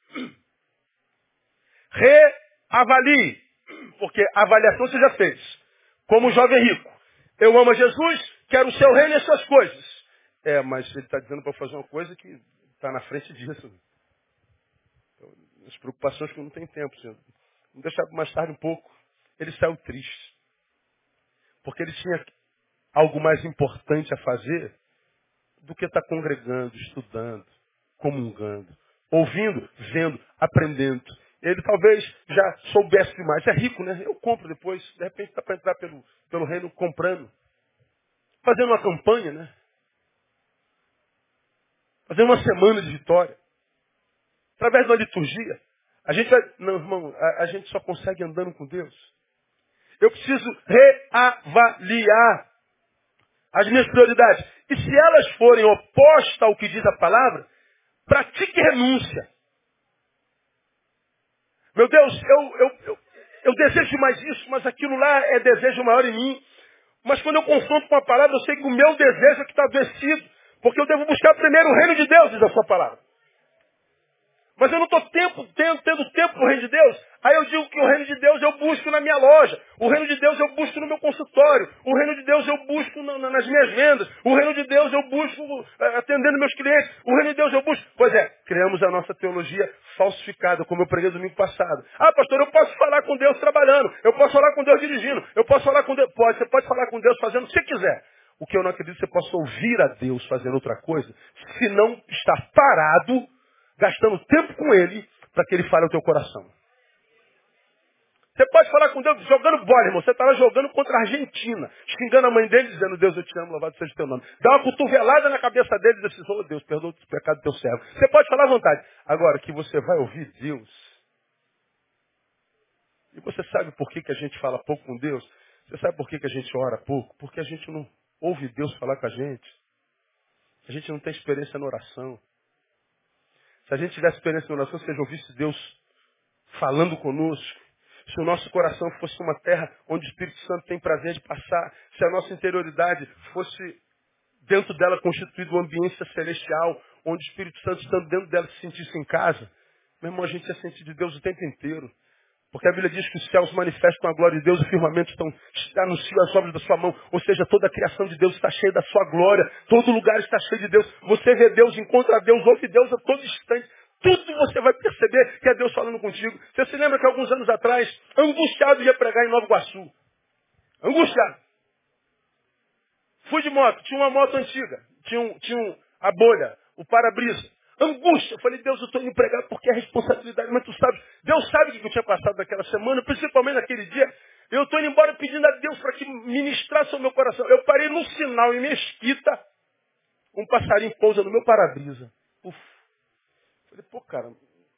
Reavalie, porque a avaliação você já fez. Como o jovem rico. Eu amo a Jesus, quero o seu reino e as suas coisas. Mas ele está dizendo para fazer uma coisa que está na frente disso. Então, as preocupações que não tem tempo. Senhor. Vamos deixar mais tarde um pouco. Ele saiu triste. Porque ele tinha algo mais importante a fazer do que estar congregando, estudando, comungando, ouvindo, vendo, aprendendo. Ele talvez já soubesse demais. É rico, né? Eu compro depois. De repente dá para entrar pelo reino comprando. Fazendo uma campanha, né? Fazendo uma semana de vitória. Através de uma liturgia. A gente vai... Não, irmão, a gente só consegue andando com Deus. Eu preciso reavaliar as minhas prioridades. E se elas forem opostas ao que diz a palavra, pratique renúncia. Meu Deus, eu desejo mais isso, mas aquilo lá é desejo maior em mim. Mas quando eu confronto com a palavra, eu sei que o meu desejo é que está adoecido. Porque eu devo buscar primeiro o reino de Deus, diz a sua palavra. Mas eu não estou tendo tempo para o reino de Deus. Aí eu digo que o reino de Deus eu busco na minha loja. O reino de Deus eu busco no meu consultório. O reino de Deus eu busco nas minhas vendas. O reino de Deus eu busco atendendo meus clientes. O reino de Deus eu busco... Pois é, criamos a nossa teologia falsificada, como eu preguei domingo passado. Ah, pastor, eu posso falar com Deus trabalhando. Eu posso falar com Deus dirigindo. Eu posso falar com Deus... Pode, você pode falar com Deus fazendo o que você quiser. O que eu não acredito é que você possa ouvir a Deus fazendo outra coisa, se não estar parado gastando tempo com ele para que ele fale ao teu coração. Você pode falar com Deus jogando bola, irmão. Você está lá jogando contra a Argentina, xingando a mãe dele, dizendo, Deus, eu te amo, louvado seja o teu nome. Dá uma cotovelada na cabeça dele e diz assim, oh Deus, perdoa os pecados do teu servo. Você pode falar à vontade. Agora, que você vai ouvir Deus. E você sabe por que a gente fala pouco com Deus? Você sabe por que a gente ora pouco? Porque a gente não ouve Deus falar com a gente. A gente não tem experiência na oração. Se a gente tivesse experiência na oração, se a gente ouvisse Deus falando conosco, se o nosso coração fosse uma terra onde o Espírito Santo tem prazer de passar, se a nossa interioridade fosse dentro dela constituído uma ambiência celestial, onde o Espírito Santo estando dentro dela se sentisse em casa, meu irmão, a gente ia sentir de Deus o tempo inteiro. Porque a Bíblia diz que os céus manifestam a glória de Deus, o firmamento anuncia as obras da sua mão. Ou seja, toda a criação de Deus está cheia da sua glória. Todo lugar está cheio de Deus. Você vê Deus, encontra Deus, ouve Deus a todo instante. Tudo você vai perceber que é Deus falando contigo. Você se lembra que alguns anos atrás, angustiado ia pregar em Nova Iguaçu. Angustiado. Fui de moto, tinha uma moto antiga, a bolha, o para-brisa. Angústia. Eu falei, Deus, eu estou indo pregar porque é responsabilidade, mas tu sabe, Deus sabe o que eu tinha passado naquela semana, principalmente naquele dia. Eu estou indo embora pedindo a Deus para que ministrasse o meu coração. Eu parei num sinal em Mesquita, um passarinho pousa no meu para-brisa. Uf. Falei, pô, cara,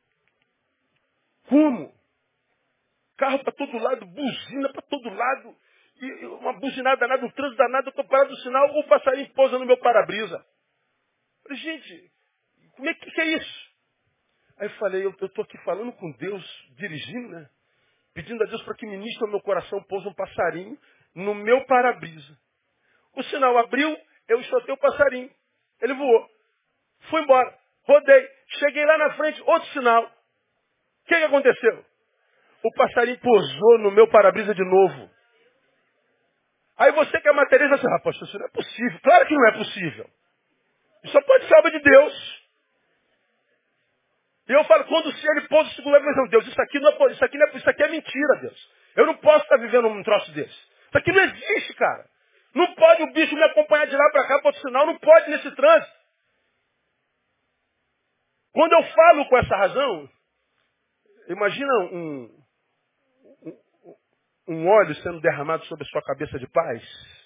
como? Carro para todo lado, buzina para todo lado, e uma buzinada danada, um trânsito danado, eu estou parado no sinal, o passarinho pousa no meu para-brisa. Falei, gente, como é que é isso? Aí eu falei, eu estou aqui falando com Deus, dirigindo, né? Pedindo a Deus para que ministre ao meu coração, pousa um passarinho no meu para-brisa. O sinal abriu, eu enxotei o passarinho. Ele voou. Fui embora. Rodei. Cheguei lá na frente, outro sinal. O que aconteceu? O passarinho pousou no meu para-brisa de novo. Aí você que é materialista, assim, rapaz, isso não é possível. Claro que não é possível. Isso só pode ser obra de Deus. E eu falo, quando se ele pousa o segundo lugar, mas Deus, isso aqui é mentira, Deus. Eu não posso estar vivendo um troço desse. Isso aqui não existe, cara. Não pode o bicho me acompanhar de lá para cá para outro sinal, não pode nesse trânsito. Quando eu falo com essa razão, imagina um óleo sendo derramado sobre a sua cabeça de paz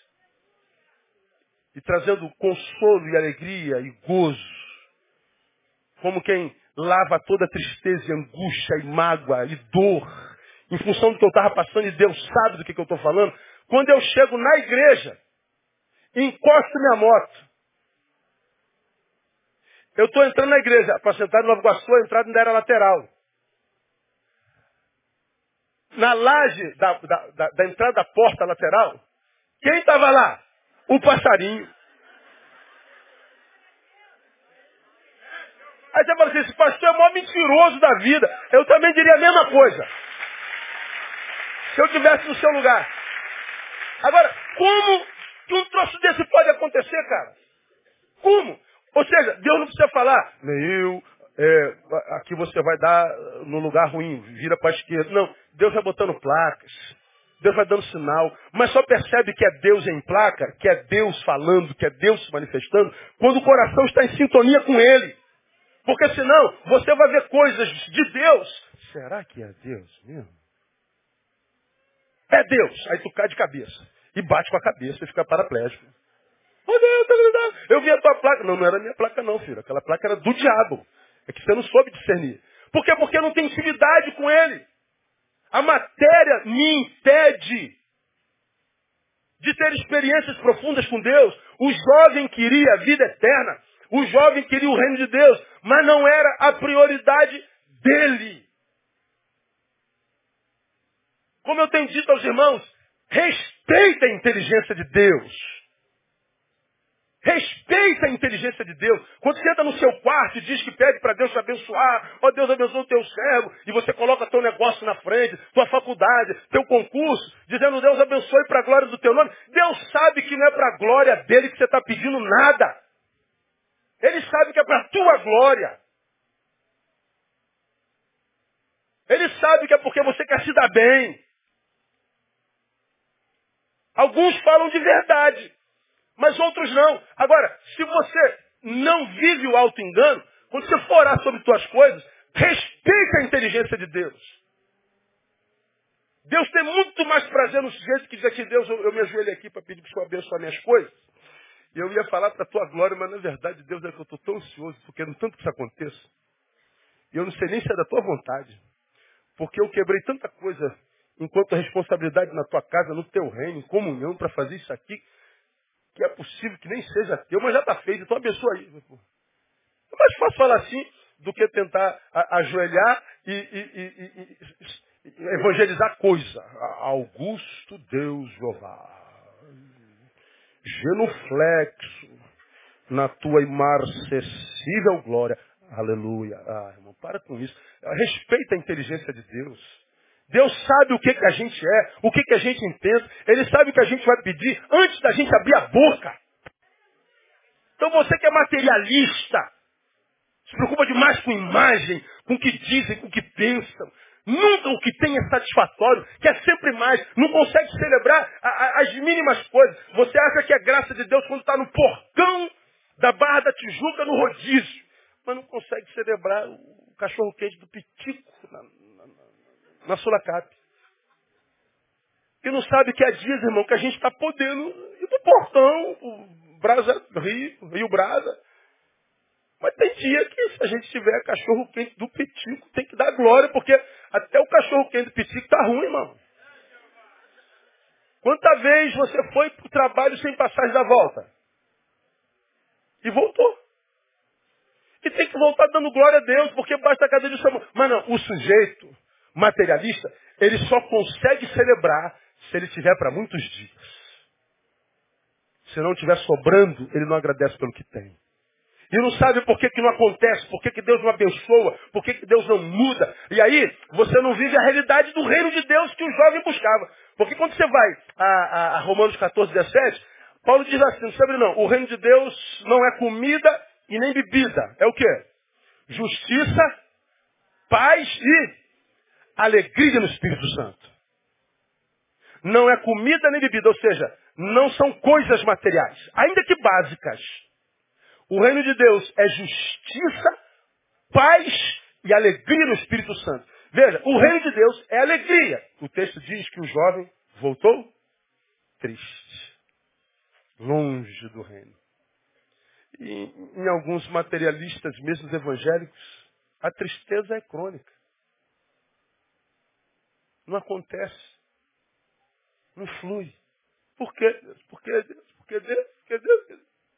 e trazendo consolo e alegria e gozo, como quem lava toda tristeza e angústia e mágoa e dor, em função do que eu estava passando, e Deus sabe do que eu estou falando. Quando eu chego na igreja, encosto minha moto, eu estou entrando na igreja, para sentar em Nova Iguaçu, a entrada ainda era lateral. Na laje da entrada da porta lateral, quem estava lá? O passarinho. Aí você fala assim, esse pastor é o maior mentiroso da vida. Eu também diria a mesma coisa. Se eu estivesse no seu lugar. Agora, como que um troço desse pode acontecer, cara? Como? Ou seja, Deus não precisa falar, aqui você vai dar no lugar ruim, vira para a esquerda. Não, Deus vai botando placas. Deus vai dando sinal. Mas só percebe que é Deus em placa, que é Deus falando, que é Deus se manifestando, quando o coração está em sintonia com Ele. Porque senão, você vai ver coisas de Deus. Será que é Deus mesmo? É Deus. Aí tu cai de cabeça. E bate com a cabeça e fica paraplégico. Oh, Deus, eu vi a tua placa. Não, não era a minha placa não, filho. Aquela placa era do diabo. É que você não soube discernir. Por quê? Porque não tem intimidade com ele. A matéria me impede de ter experiências profundas com Deus. O jovem queria a vida eterna. O jovem queria o reino de Deus. Mas não era a prioridade dele. Como eu tenho dito aos irmãos, respeita a inteligência de Deus. Respeita a inteligência de Deus. Quando você entra no seu quarto e diz que pede para Deus te abençoar, ó Deus abençoa o teu servo, e você coloca teu negócio na frente, tua faculdade, teu concurso, dizendo Deus abençoe para a glória do teu nome, Deus sabe que não é para a glória dele que você está pedindo nada. Ele sabe que é para a tua glória. Ele sabe que é porque você quer se dar bem. Alguns falam de verdade, mas outros não. Agora, se você não vive o auto-engano, quando você for orar sobre suas coisas, respeite a inteligência de Deus. Deus tem muito mais prazer no sujeito que diz aqui, Deus, eu me ajoelhei aqui para pedir que o Senhor abençoe as minhas coisas. E eu ia falar para a tua glória, mas na verdade, Deus, é que eu estou tão ansioso, porque não tanto que isso aconteça. E eu não sei nem se é da tua vontade. Porque eu quebrei tanta coisa enquanto a responsabilidade na tua casa, no teu reino, em comunhão, para fazer isso aqui, que é possível que nem seja teu, mas já está feito, então abençoa aí. É mais fácil falar assim do que tentar ajoelhar e evangelizar coisa. Augusto Deus Jeová, genuflexo na tua imarcessível glória. Aleluia. Ah, irmão, para com isso. Respeita a inteligência de Deus. Deus sabe o que a gente é, o que a gente entende. Ele sabe o que a gente vai pedir antes da gente abrir a boca. Então você que é materialista, Se preocupa demais com imagem, com o que dizem, com o que pensam. Nunca o que tem é satisfatório, quer sempre mais. Não consegue celebrar as mínimas coisas. Você acha que é graça de Deus quando está no portão da Barra da Tijuca, no rodízio. Mas não consegue celebrar o cachorro-quente do Pitico na Sulacap. E não sabe que há dias, irmão, que a gente está podendo ir pro portão, o Brasa Rio Brasa. Mas tem dia que se a gente tiver cachorro-quente do Pitico, tem que dar glória, porque até o cachorro-quente do Pitico tá ruim, irmão. Quanta vez você foi pro trabalho sem passagem da volta? E voltou. E tem que voltar dando glória a Deus, porque basta a cadeira de chamar. Mas não, o sujeito materialista, ele só consegue celebrar se ele tiver para muitos dias. Se não tiver sobrando, ele não agradece pelo que tem. E não sabe por que não acontece, por que Deus não abençoa, por que Deus não muda. E aí, você não vive a realidade do reino de Deus que o jovem buscava. Porque quando você vai a Romanos 14, 17, Paulo diz assim, não sabe não, o reino de Deus não é comida e nem bebida. É o quê? Justiça, paz e alegria no Espírito Santo. Não é comida nem bebida, ou seja, não são coisas materiais, ainda que básicas. O reino de Deus é justiça, paz e alegria no Espírito Santo. Veja, o reino de Deus é alegria. O texto diz que o jovem voltou triste, longe do reino. E em alguns materialistas, mesmo evangélicos, a tristeza é crônica. Não acontece, não flui. Por quê? Porque Deus, porque Deus, porque Deus.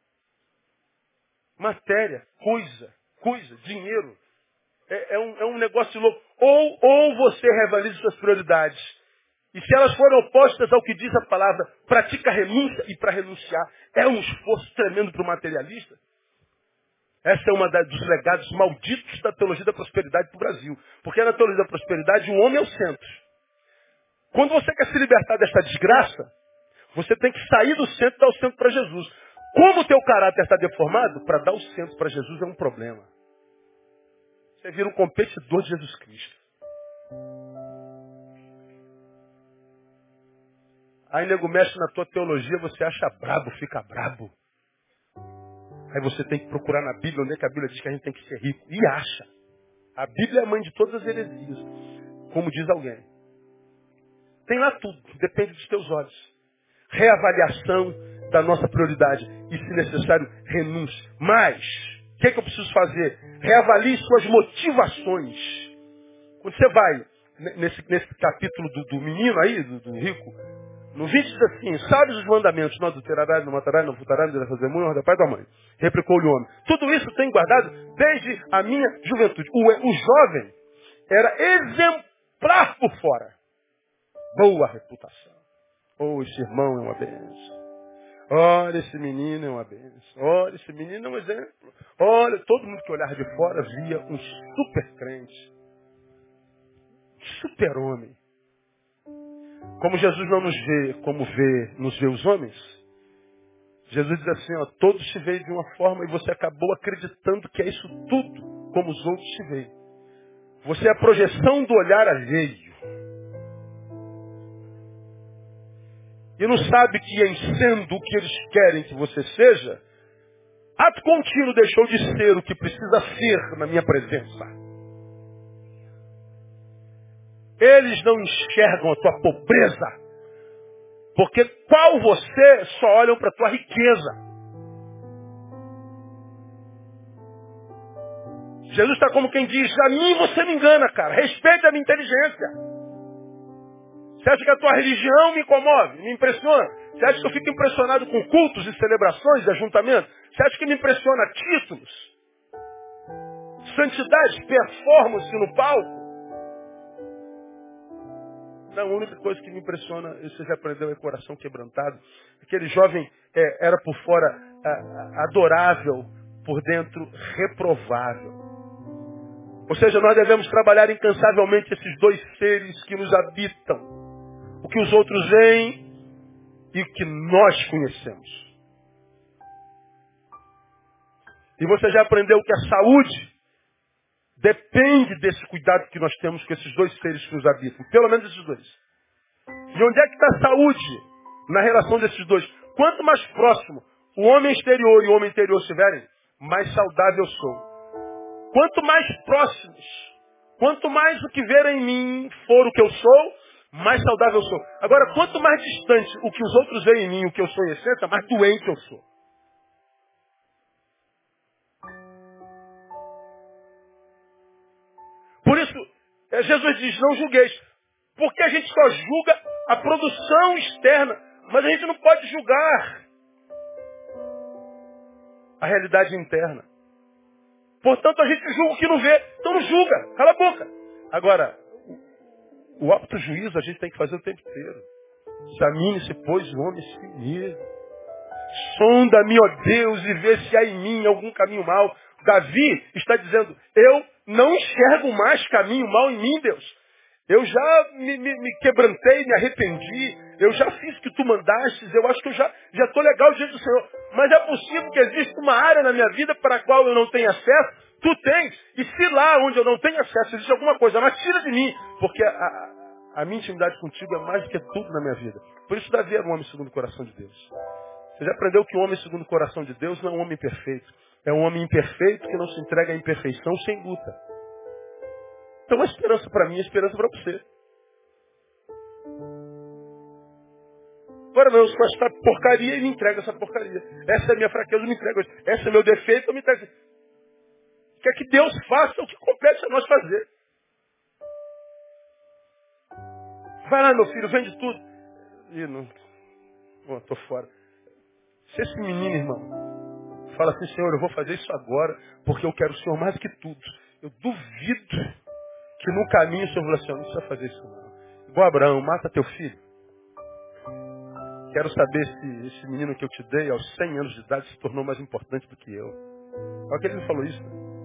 Matéria, coisa, dinheiro. É um negócio louco. Ou você revalida suas prioridades. E se elas forem opostas ao que diz a palavra, pratica a renúncia, e para renunciar é um esforço tremendo para o materialista. Essa é uma dos legados malditos da teologia da prosperidade para o Brasil. Porque na teologia da prosperidade o homem é o centro. Quando você quer se libertar desta desgraça, você tem que sair do centro e dar o centro para Jesus. Como o teu caráter está deformado, para dar o centro para Jesus é um problema. Você vira um competidor de Jesus Cristo. Aí nego mexe na tua teologia, você acha brabo, fica brabo. Aí você tem que procurar na Bíblia, onde é que a Bíblia diz que a gente tem que ser rico. E acha. A Bíblia é a mãe de todas as heresias. Como diz alguém. Tem lá tudo, depende dos teus olhos. Reavaliação da nossa prioridade. E, se necessário, renúncia. Mas, o que é que eu preciso fazer? Reavalie suas motivações. Quando você vai nesse capítulo do menino aí, do rico, no 20 diz assim, sabes os mandamentos, não adulterarás, não matarás, não furtarás, não dirás fazer muito, honra pai e da mãe. Replicou-lhe o homem. Tudo isso tenho guardado desde a minha juventude. O jovem era exemplar por fora. Boa reputação. Oh, esse irmão é uma bênção. Olha, esse menino é uma bênção. Olha, esse menino é um exemplo. Olha, todo mundo que olhava de fora via um super crente. Super homem. Como Jesus não nos vê como nos vê os homens, Jesus diz assim, ó, todos se veem de uma forma e você acabou acreditando que é isso tudo como os outros se veem. Você é a projeção do olhar alheio. E não sabe que em sendo o que eles querem que você seja, ato contínuo deixou de ser o que precisa ser na minha presença. Eles não enxergam a tua pobreza, porque qual você só olham para a tua riqueza. Jesus está como quem diz, a mim você me engana, cara. Respeita a minha inteligência. Você acha que a tua religião me comove, me impressiona? Você acha que eu fico impressionado com cultos e celebrações e ajuntamentos? Você acha que me impressiona títulos, santidade, performance no palco? Não, a única coisa que me impressiona, você já aprendeu, é coração quebrantado. Aquele jovem era por fora adorável, por dentro reprovável. Ou seja, nós devemos trabalhar incansavelmente esses dois seres que nos habitam. O que os outros veem e o que nós conhecemos. E você já aprendeu que a saúde Depende desse cuidado que nós temos com esses dois seres que nos habitam. Pelo menos esses dois. E onde é que está a saúde na relação desses dois? Quanto mais próximo o homem exterior e o homem interior estiverem, mais saudável eu sou. Quanto mais próximos, quanto mais o que ver em mim for o que eu sou, mais saudável eu sou. Agora, quanto mais distante o que os outros veem em mim, o que eu sou em essência, mais doente eu sou. Por isso, Jesus diz, não julgueis. Porque a gente só julga a produção externa, mas a gente não pode julgar a realidade interna. Portanto, a gente julga o que não vê. Então não julga, cala a boca. Agora, o autojuízo a gente tem que fazer o tempo inteiro. Examine-se, pois, o homem si mesmo. Sonda-me, ó Deus, e vê se há em mim algum caminho mau. Davi está dizendo, eu não enxergo mais caminho mau em mim, Deus. Eu já me quebrantei, me arrependi. Eu já fiz o que tu mandastes. Eu acho que eu já estou legal diante do Senhor. Mas é possível que exista uma área na minha vida para a qual eu não tenho acesso. Tu tens. E se lá onde eu não tenho acesso existe alguma coisa, mas tira de mim. Porque a minha intimidade contigo é mais do que tudo na minha vida. Por isso Davi era um homem segundo o coração de Deus. Você já aprendeu que o homem segundo o coração de Deus não é um homem perfeito. É um homem imperfeito que não se entrega à imperfeição sem luta. Então a esperança para mim é a esperança para você. Agora não, eu sou essa porcaria e me entrega essa porcaria. Essa é a minha fraqueza, eu me entrego. Esse é meu defeito, eu me entrego. Quer que Deus faça o que compete a nós fazer. Vai lá, meu filho, vende tudo. Ih, não. Bom, tô fora. Se esse menino, irmão, fala assim, Senhor, eu vou fazer isso agora, porque eu quero o Senhor mais que tudo. Eu duvido que no caminho o Senhor falou assim, não precisa fazer isso não. Igual Abraão, mata teu filho. Quero saber se esse menino que eu te dei aos 100 anos de idade se tornou mais importante do que eu. Olha que ele me falou isso.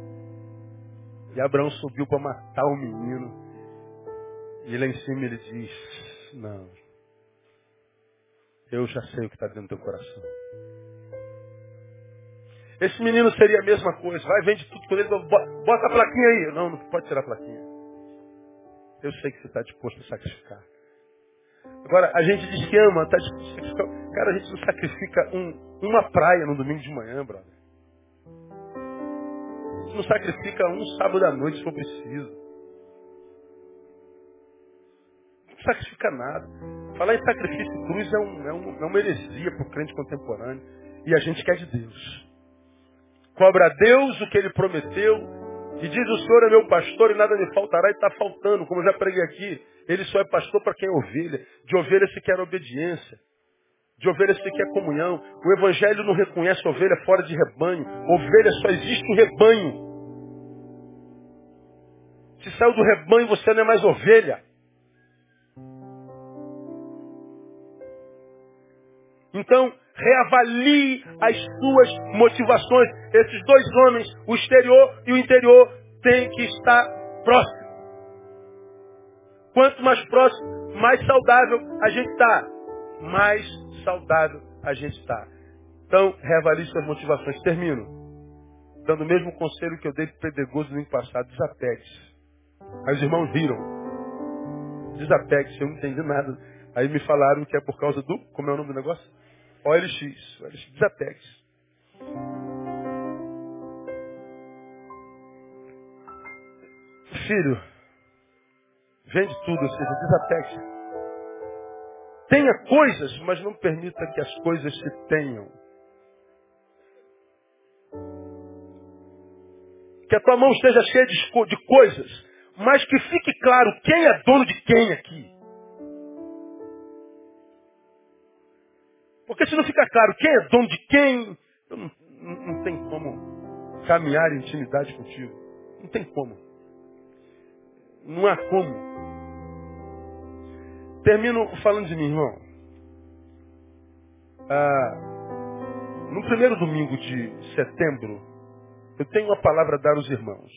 E Abraão subiu para matar o menino. E lá em cima ele diz, não, eu já sei o que está dentro do teu coração. Esse menino seria a mesma coisa. Vai, vende tudo com ele, bota a plaquinha aí. Não, não pode tirar a plaquinha. Eu sei que você está disposto a sacrificar. Agora, a gente diz que ama, está disposto a sacrificar. Cara, a gente não sacrifica uma praia no domingo de manhã, brother. A gente não sacrifica um sábado à noite se for preciso. Não sacrifica nada. Falar em sacrifício e cruz é uma heresia para o crente contemporâneo. E a gente quer de Deus. Cobra a Deus o que Ele prometeu. E diz, o Senhor é meu pastor e nada me faltará. E está faltando, como eu já preguei aqui. Ele só é pastor para quem é ovelha. De ovelha se quer obediência. De ovelha se quer comunhão. O Evangelho não reconhece ovelha fora de rebanho. Ovelha só existe no rebanho. Se saiu do rebanho, você não é mais ovelha. Então, reavalie as suas motivações. Esses dois homens, o exterior e o interior, têm que estar próximos. Quanto mais próximo, mais saudável a gente está. Mais saudável a gente está. Então, reavalie suas motivações. Termino. Dando o mesmo conselho que eu dei para o Pedregoso no ano passado. Desapegue-se. Aí os irmãos viram. Desapegue-se, eu não entendi nada. Aí me falaram que é por causa do... Como é o nome do negócio? OLX. OLX. Desapegue-se. Filho, vende tudo, ou seja, desapegue-se. Tenha coisas, mas não permita que as coisas se tenham. Que a tua mão esteja cheia de coisas, mas que fique claro quem é dono de quem aqui. Porque se não fica claro quem é dono de quem, não tem como caminhar em intimidade contigo. Não tem como. Não há como. Termino falando de mim, irmão. No primeiro domingo de setembro, eu tenho uma palavra a dar aos irmãos.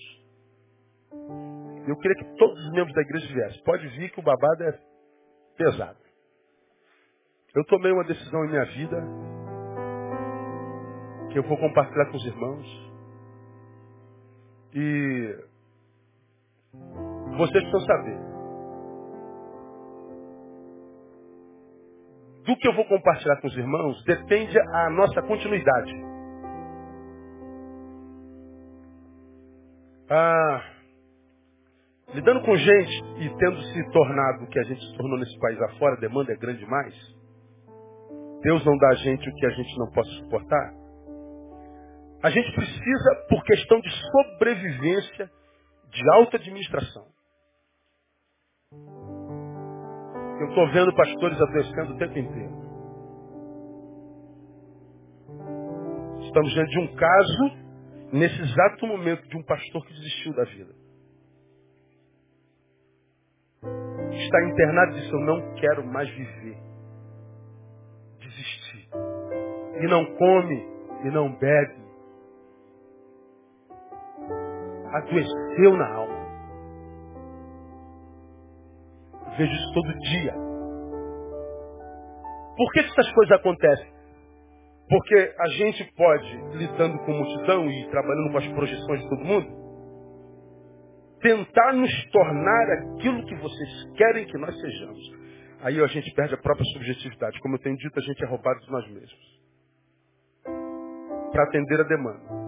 Eu queria que todos os membros da igreja viessem. Pode vir que o babado é pesado. Eu tomei uma decisão em minha vida que eu vou compartilhar com os irmãos. E Vocês precisam saber. Do que eu vou compartilhar com os irmãos depende a nossa continuidade. Lidando com gente e tendo se tornado o que a gente se tornou nesse país afora, a demanda é grande demais. Deus não dá a gente o que a gente não possa suportar. A gente precisa, por questão de sobrevivência, de alta administração. Eu estou vendo pastores adoecendo o tempo inteiro. Estamos diante de um caso, nesse exato momento, de um pastor que desistiu da vida. Está internado e disse, eu não quero mais viver. Desistir. E não come, e não bebe. Adoeceu na alma. Eu vejo isso todo dia. Por que essas coisas acontecem? Porque a gente pode, lidando com multidão e trabalhando com as projeções de todo mundo, tentar nos tornar aquilo que vocês querem que nós sejamos. Aí a gente perde a própria subjetividade. Como eu tenho dito, a gente é roubado de nós mesmos. Para atender a demanda.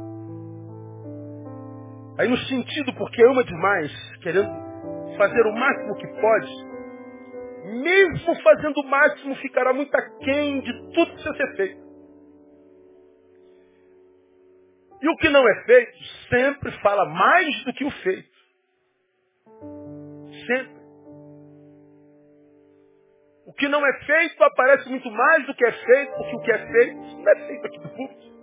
Aí no sentido, porque ama demais, querendo fazer o máximo que pode, mesmo fazendo o máximo, ficará muito aquém de tudo que precisa ser feito. E o que não é feito, sempre fala mais do que o feito. Sempre. O que não é feito aparece muito mais do que é feito, porque o que é feito não é feito aqui do público.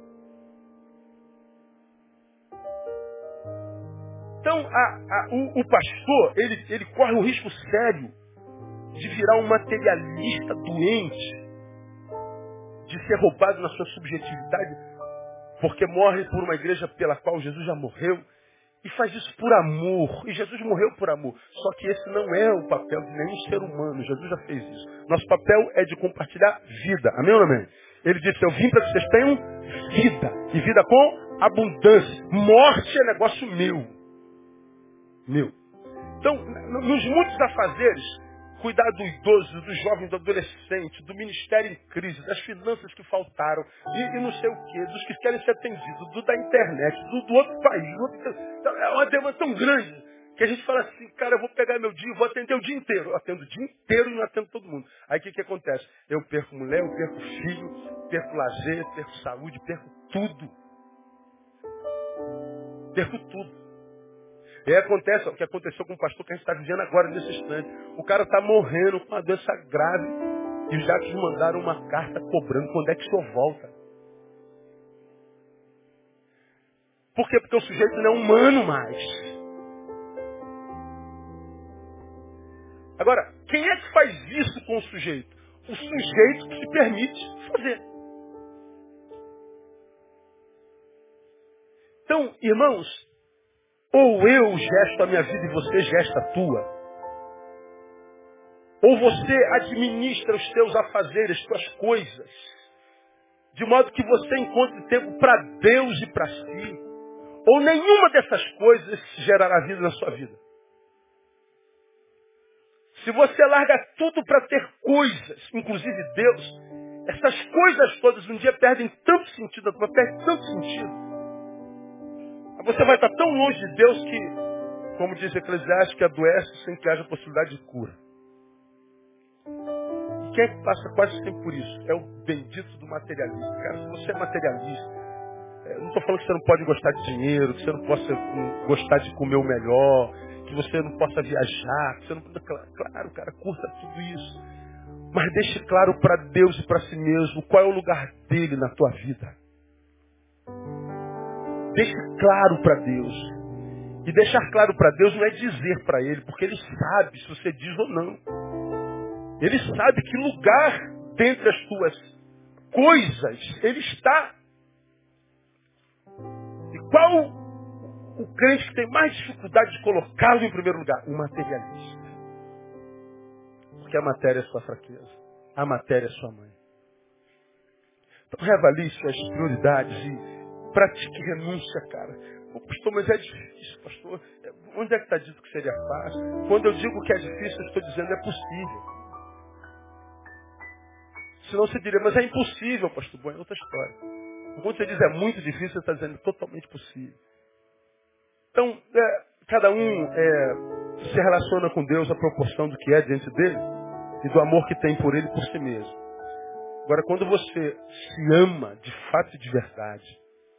Então, o pastor, ele corre um risco sério de virar um materialista doente, de ser roubado na sua subjetividade, porque morre por uma igreja pela qual Jesus já morreu, e faz isso por amor. E Jesus morreu por amor. Só que esse não é o papel de nenhum ser humano. Jesus já fez isso. Nosso papel é de compartilhar vida. Amém ou não amém? Ele disse, eu vim para que vocês tenham vida. E vida com abundância. Morte é negócio meu. Meu. Então, nos muitos afazeres, cuidar do idoso, do jovem, do adolescente, do ministério em crise, das finanças que faltaram, e não sei o quê, dos que querem ser atendidos, da internet, do outro país. Então, é uma demanda tão grande que a gente fala assim, cara, eu vou pegar meu dia e vou atender o dia inteiro. Eu atendo o dia inteiro e não atendo todo mundo. Aí o que acontece? Eu perco mulher, eu perco filho, perco lazer, perco saúde, perco tudo. Perco tudo. E aí acontece o que aconteceu com o pastor que a gente está vivendo agora, nesse instante. O cara está morrendo com uma doença grave e os Jacques mandaram uma carta cobrando quando é que o senhor volta. Por quê? Porque o sujeito não é humano mais. Agora, quem é que faz isso com o sujeito? O sujeito que se permite fazer. Então, irmãos, ou eu gesto a minha vida e você gesta a tua. Ou você administra os teus afazeres, as tuas coisas, de modo que você encontre tempo para Deus e para si. Ou nenhuma dessas coisas gerará vida na sua vida. Se você larga tudo para ter coisas, inclusive Deus, essas coisas todas um dia perdem tanto sentido, a tua perde tanto sentido. Você vai estar tão longe de Deus que, como diz Eclesiastes, que adoece sem que haja possibilidade de cura. E quem é que passa quase sempre por isso? É o bendito do materialista. Cara, se você é materialista, eu não estou falando que você não pode gostar de dinheiro, que você não possa gostar de comer o melhor, que você não possa viajar, que você não... Claro, cara, curta tudo isso. Mas deixe claro para Deus e para si mesmo qual é o lugar dele na tua vida. Deixe claro para Deus. E deixar claro para Deus não é dizer para Ele, porque Ele sabe se você diz ou não. Ele sabe que lugar dentre as tuas coisas Ele está. E qual o crente que tem mais dificuldade de colocá-lo em primeiro lugar? O materialista. Porque a matéria é sua fraqueza. A matéria é sua mãe. Então reavalie suas prioridades e pratique renúncia, cara. Pô, pastor, mas é difícil, pastor. Onde é que está dito que seria fácil? Quando eu digo que é difícil, eu estou dizendo é possível. Senão você diria, mas é impossível, pastor. Bom, é outra história. Quando você diz é muito difícil, você está dizendo totalmente possível. Então, cada um se relaciona com Deus à proporção do que é diante dele e do amor que tem por ele e por si mesmo. Agora, quando você se ama de fato e de verdade,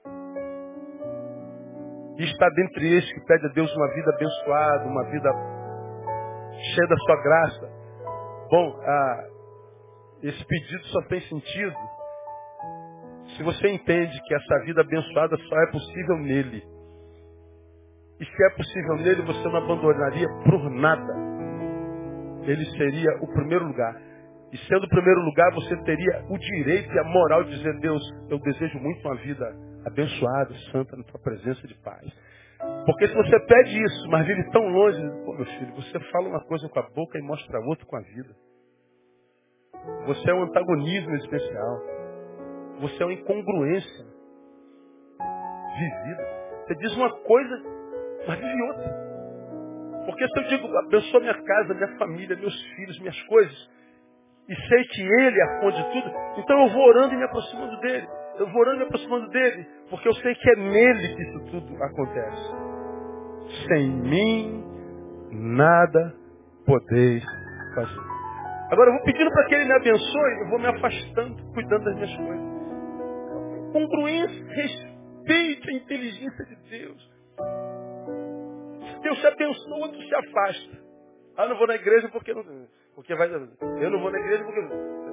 e está dentre esses que pede a Deus uma vida abençoada, uma vida cheia da sua graça, bom, esse pedido só tem sentido se você entende que essa vida abençoada só é possível nele. E se é possível nele, você não abandonaria por nada. Ele seria o primeiro lugar. E sendo o primeiro lugar, você teria o direito e a moral de dizer, Deus, eu desejo muito uma vida abençoada, santa, na tua presença de paz. Porque se você pede isso, mas vive tão longe, pô, meu filho, você fala uma coisa com a boca e mostra outra com a vida. Você é um antagonismo especial. Você é uma incongruência vivida. Você diz uma coisa, mas vive outra. Porque se eu digo, abençoa minha casa, minha família, meus filhos, minhas coisas, e sei que Ele é a fonte de tudo, então eu vou orando e me aproximando dEle. Eu vou orando e me aproximando dEle, porque eu sei que é nele que isso tudo acontece. Sem mim, nada podeis fazer. Agora eu vou pedindo para que Ele me abençoe, eu vou me afastando, cuidando das minhas coisas. Congruência, respeite a inteligência de Deus. Se Deus te abençoa, tu se afasta. Ah, não vou na igreja porque não. Porque vai. Eu não vou na igreja porque.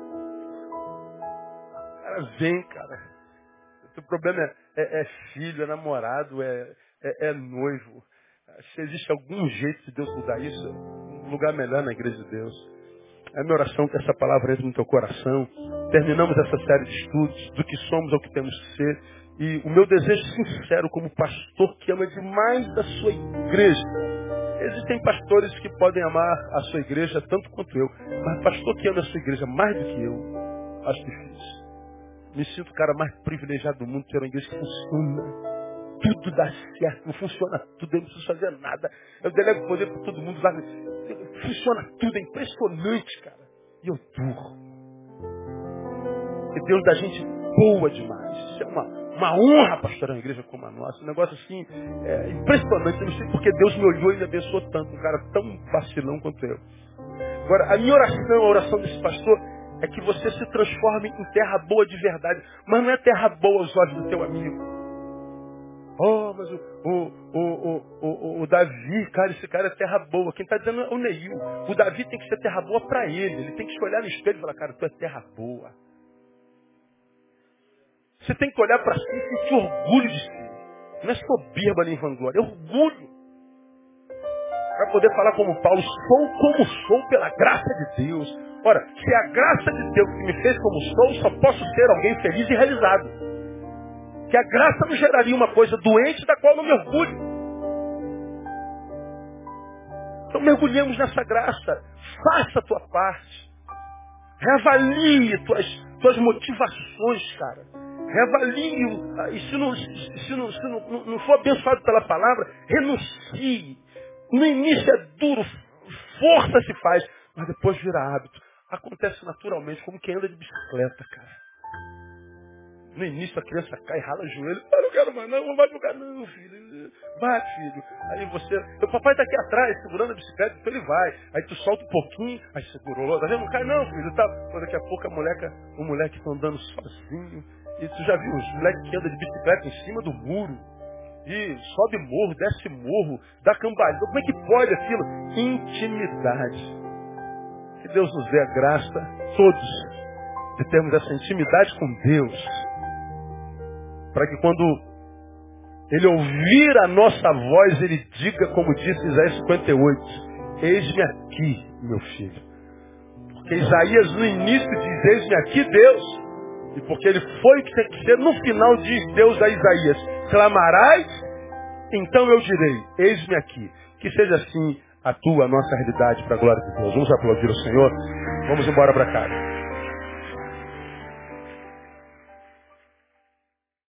Cara, vem, cara. O problema é filho, é namorado, é noivo. Se existe algum jeito de Deus mudar isso, um lugar melhor na igreja de Deus. É a minha oração que essa palavra entre no teu coração. Terminamos essa série de estudos do que somos ao que temos que ser. E o meu desejo sincero como pastor que ama demais da sua igreja. Existem pastores que podem amar a sua igreja tanto quanto eu. Mas pastor que ama a sua igreja mais do que eu, acho difícil. Me sinto o cara mais privilegiado do mundo, ter uma igreja que funciona. Tudo dá certo, não funciona tudo, eu não preciso fazer nada. Eu delego poder para todo mundo lá. Funciona tudo, é impressionante, cara. E eu durro. Porque Deus da gente boa demais. Isso é uma honra pastorar uma igreja como a nossa. Um negócio assim, impressionante. Eu não sei porque Deus me olhou e me abençoou tanto. Um cara tão vacilão quanto eu. Agora, a minha oração, a oração desse pastor, é que você se transforme em terra boa de verdade. Mas não é terra boa aos olhos do teu amigo. Oh, mas o Davi, cara, esse cara é terra boa. Quem está dizendo é o Neil. O Davi tem que ser terra boa para ele. Ele tem que se olhar no espelho e falar, cara, tu é terra boa. Você tem que olhar para si e sentir orgulho de si. Não é soberba nem vanglória, é orgulho. Para poder falar como Paulo, sou como sou pela graça de Deus. Ora, se é a graça de Deus que me fez como sou, só posso ser alguém feliz e realizado. Que a graça não geraria uma coisa doente da qual eu não me orgulho. Então mergulhemos nessa graça. Faça a tua parte. Reavalie tuas motivações, cara. Reavalie. E se não for abençoado pela palavra, renuncie. No início é duro, força se faz, mas depois vira hábito. Acontece naturalmente, como quem anda de bicicleta, cara. No início a criança cai, rala o joelho. Eu não quero mais, não vai jogar não, filho. Vai, filho. Aí você... O papai está aqui atrás, segurando a bicicleta, então ele vai. Aí tu solta um pouquinho, aí segurou. Tá vendo? Não cai não, filho. Tá. Daqui a pouco o moleque está andando sozinho. E tu já viu os moleques que andam de bicicleta em cima do muro. E sobe morro, desce morro, dá cambalhota. Como é que pode aquilo? Intimidade. Que Deus nos dê a graça, todos, de termos essa intimidade com Deus. Para que quando Ele ouvir a nossa voz, Ele diga, como disse Isaías 58, eis-me aqui, meu filho. Porque Isaías no início diz, eis-me aqui, Deus. E porque ele foi o que tem que ser, no final diz Deus a Isaías, clamarás, então eu direi, eis-me aqui. Que seja assim a nossa realidade para a glória de Deus. Vamos aplaudir o Senhor. Vamos embora para casa.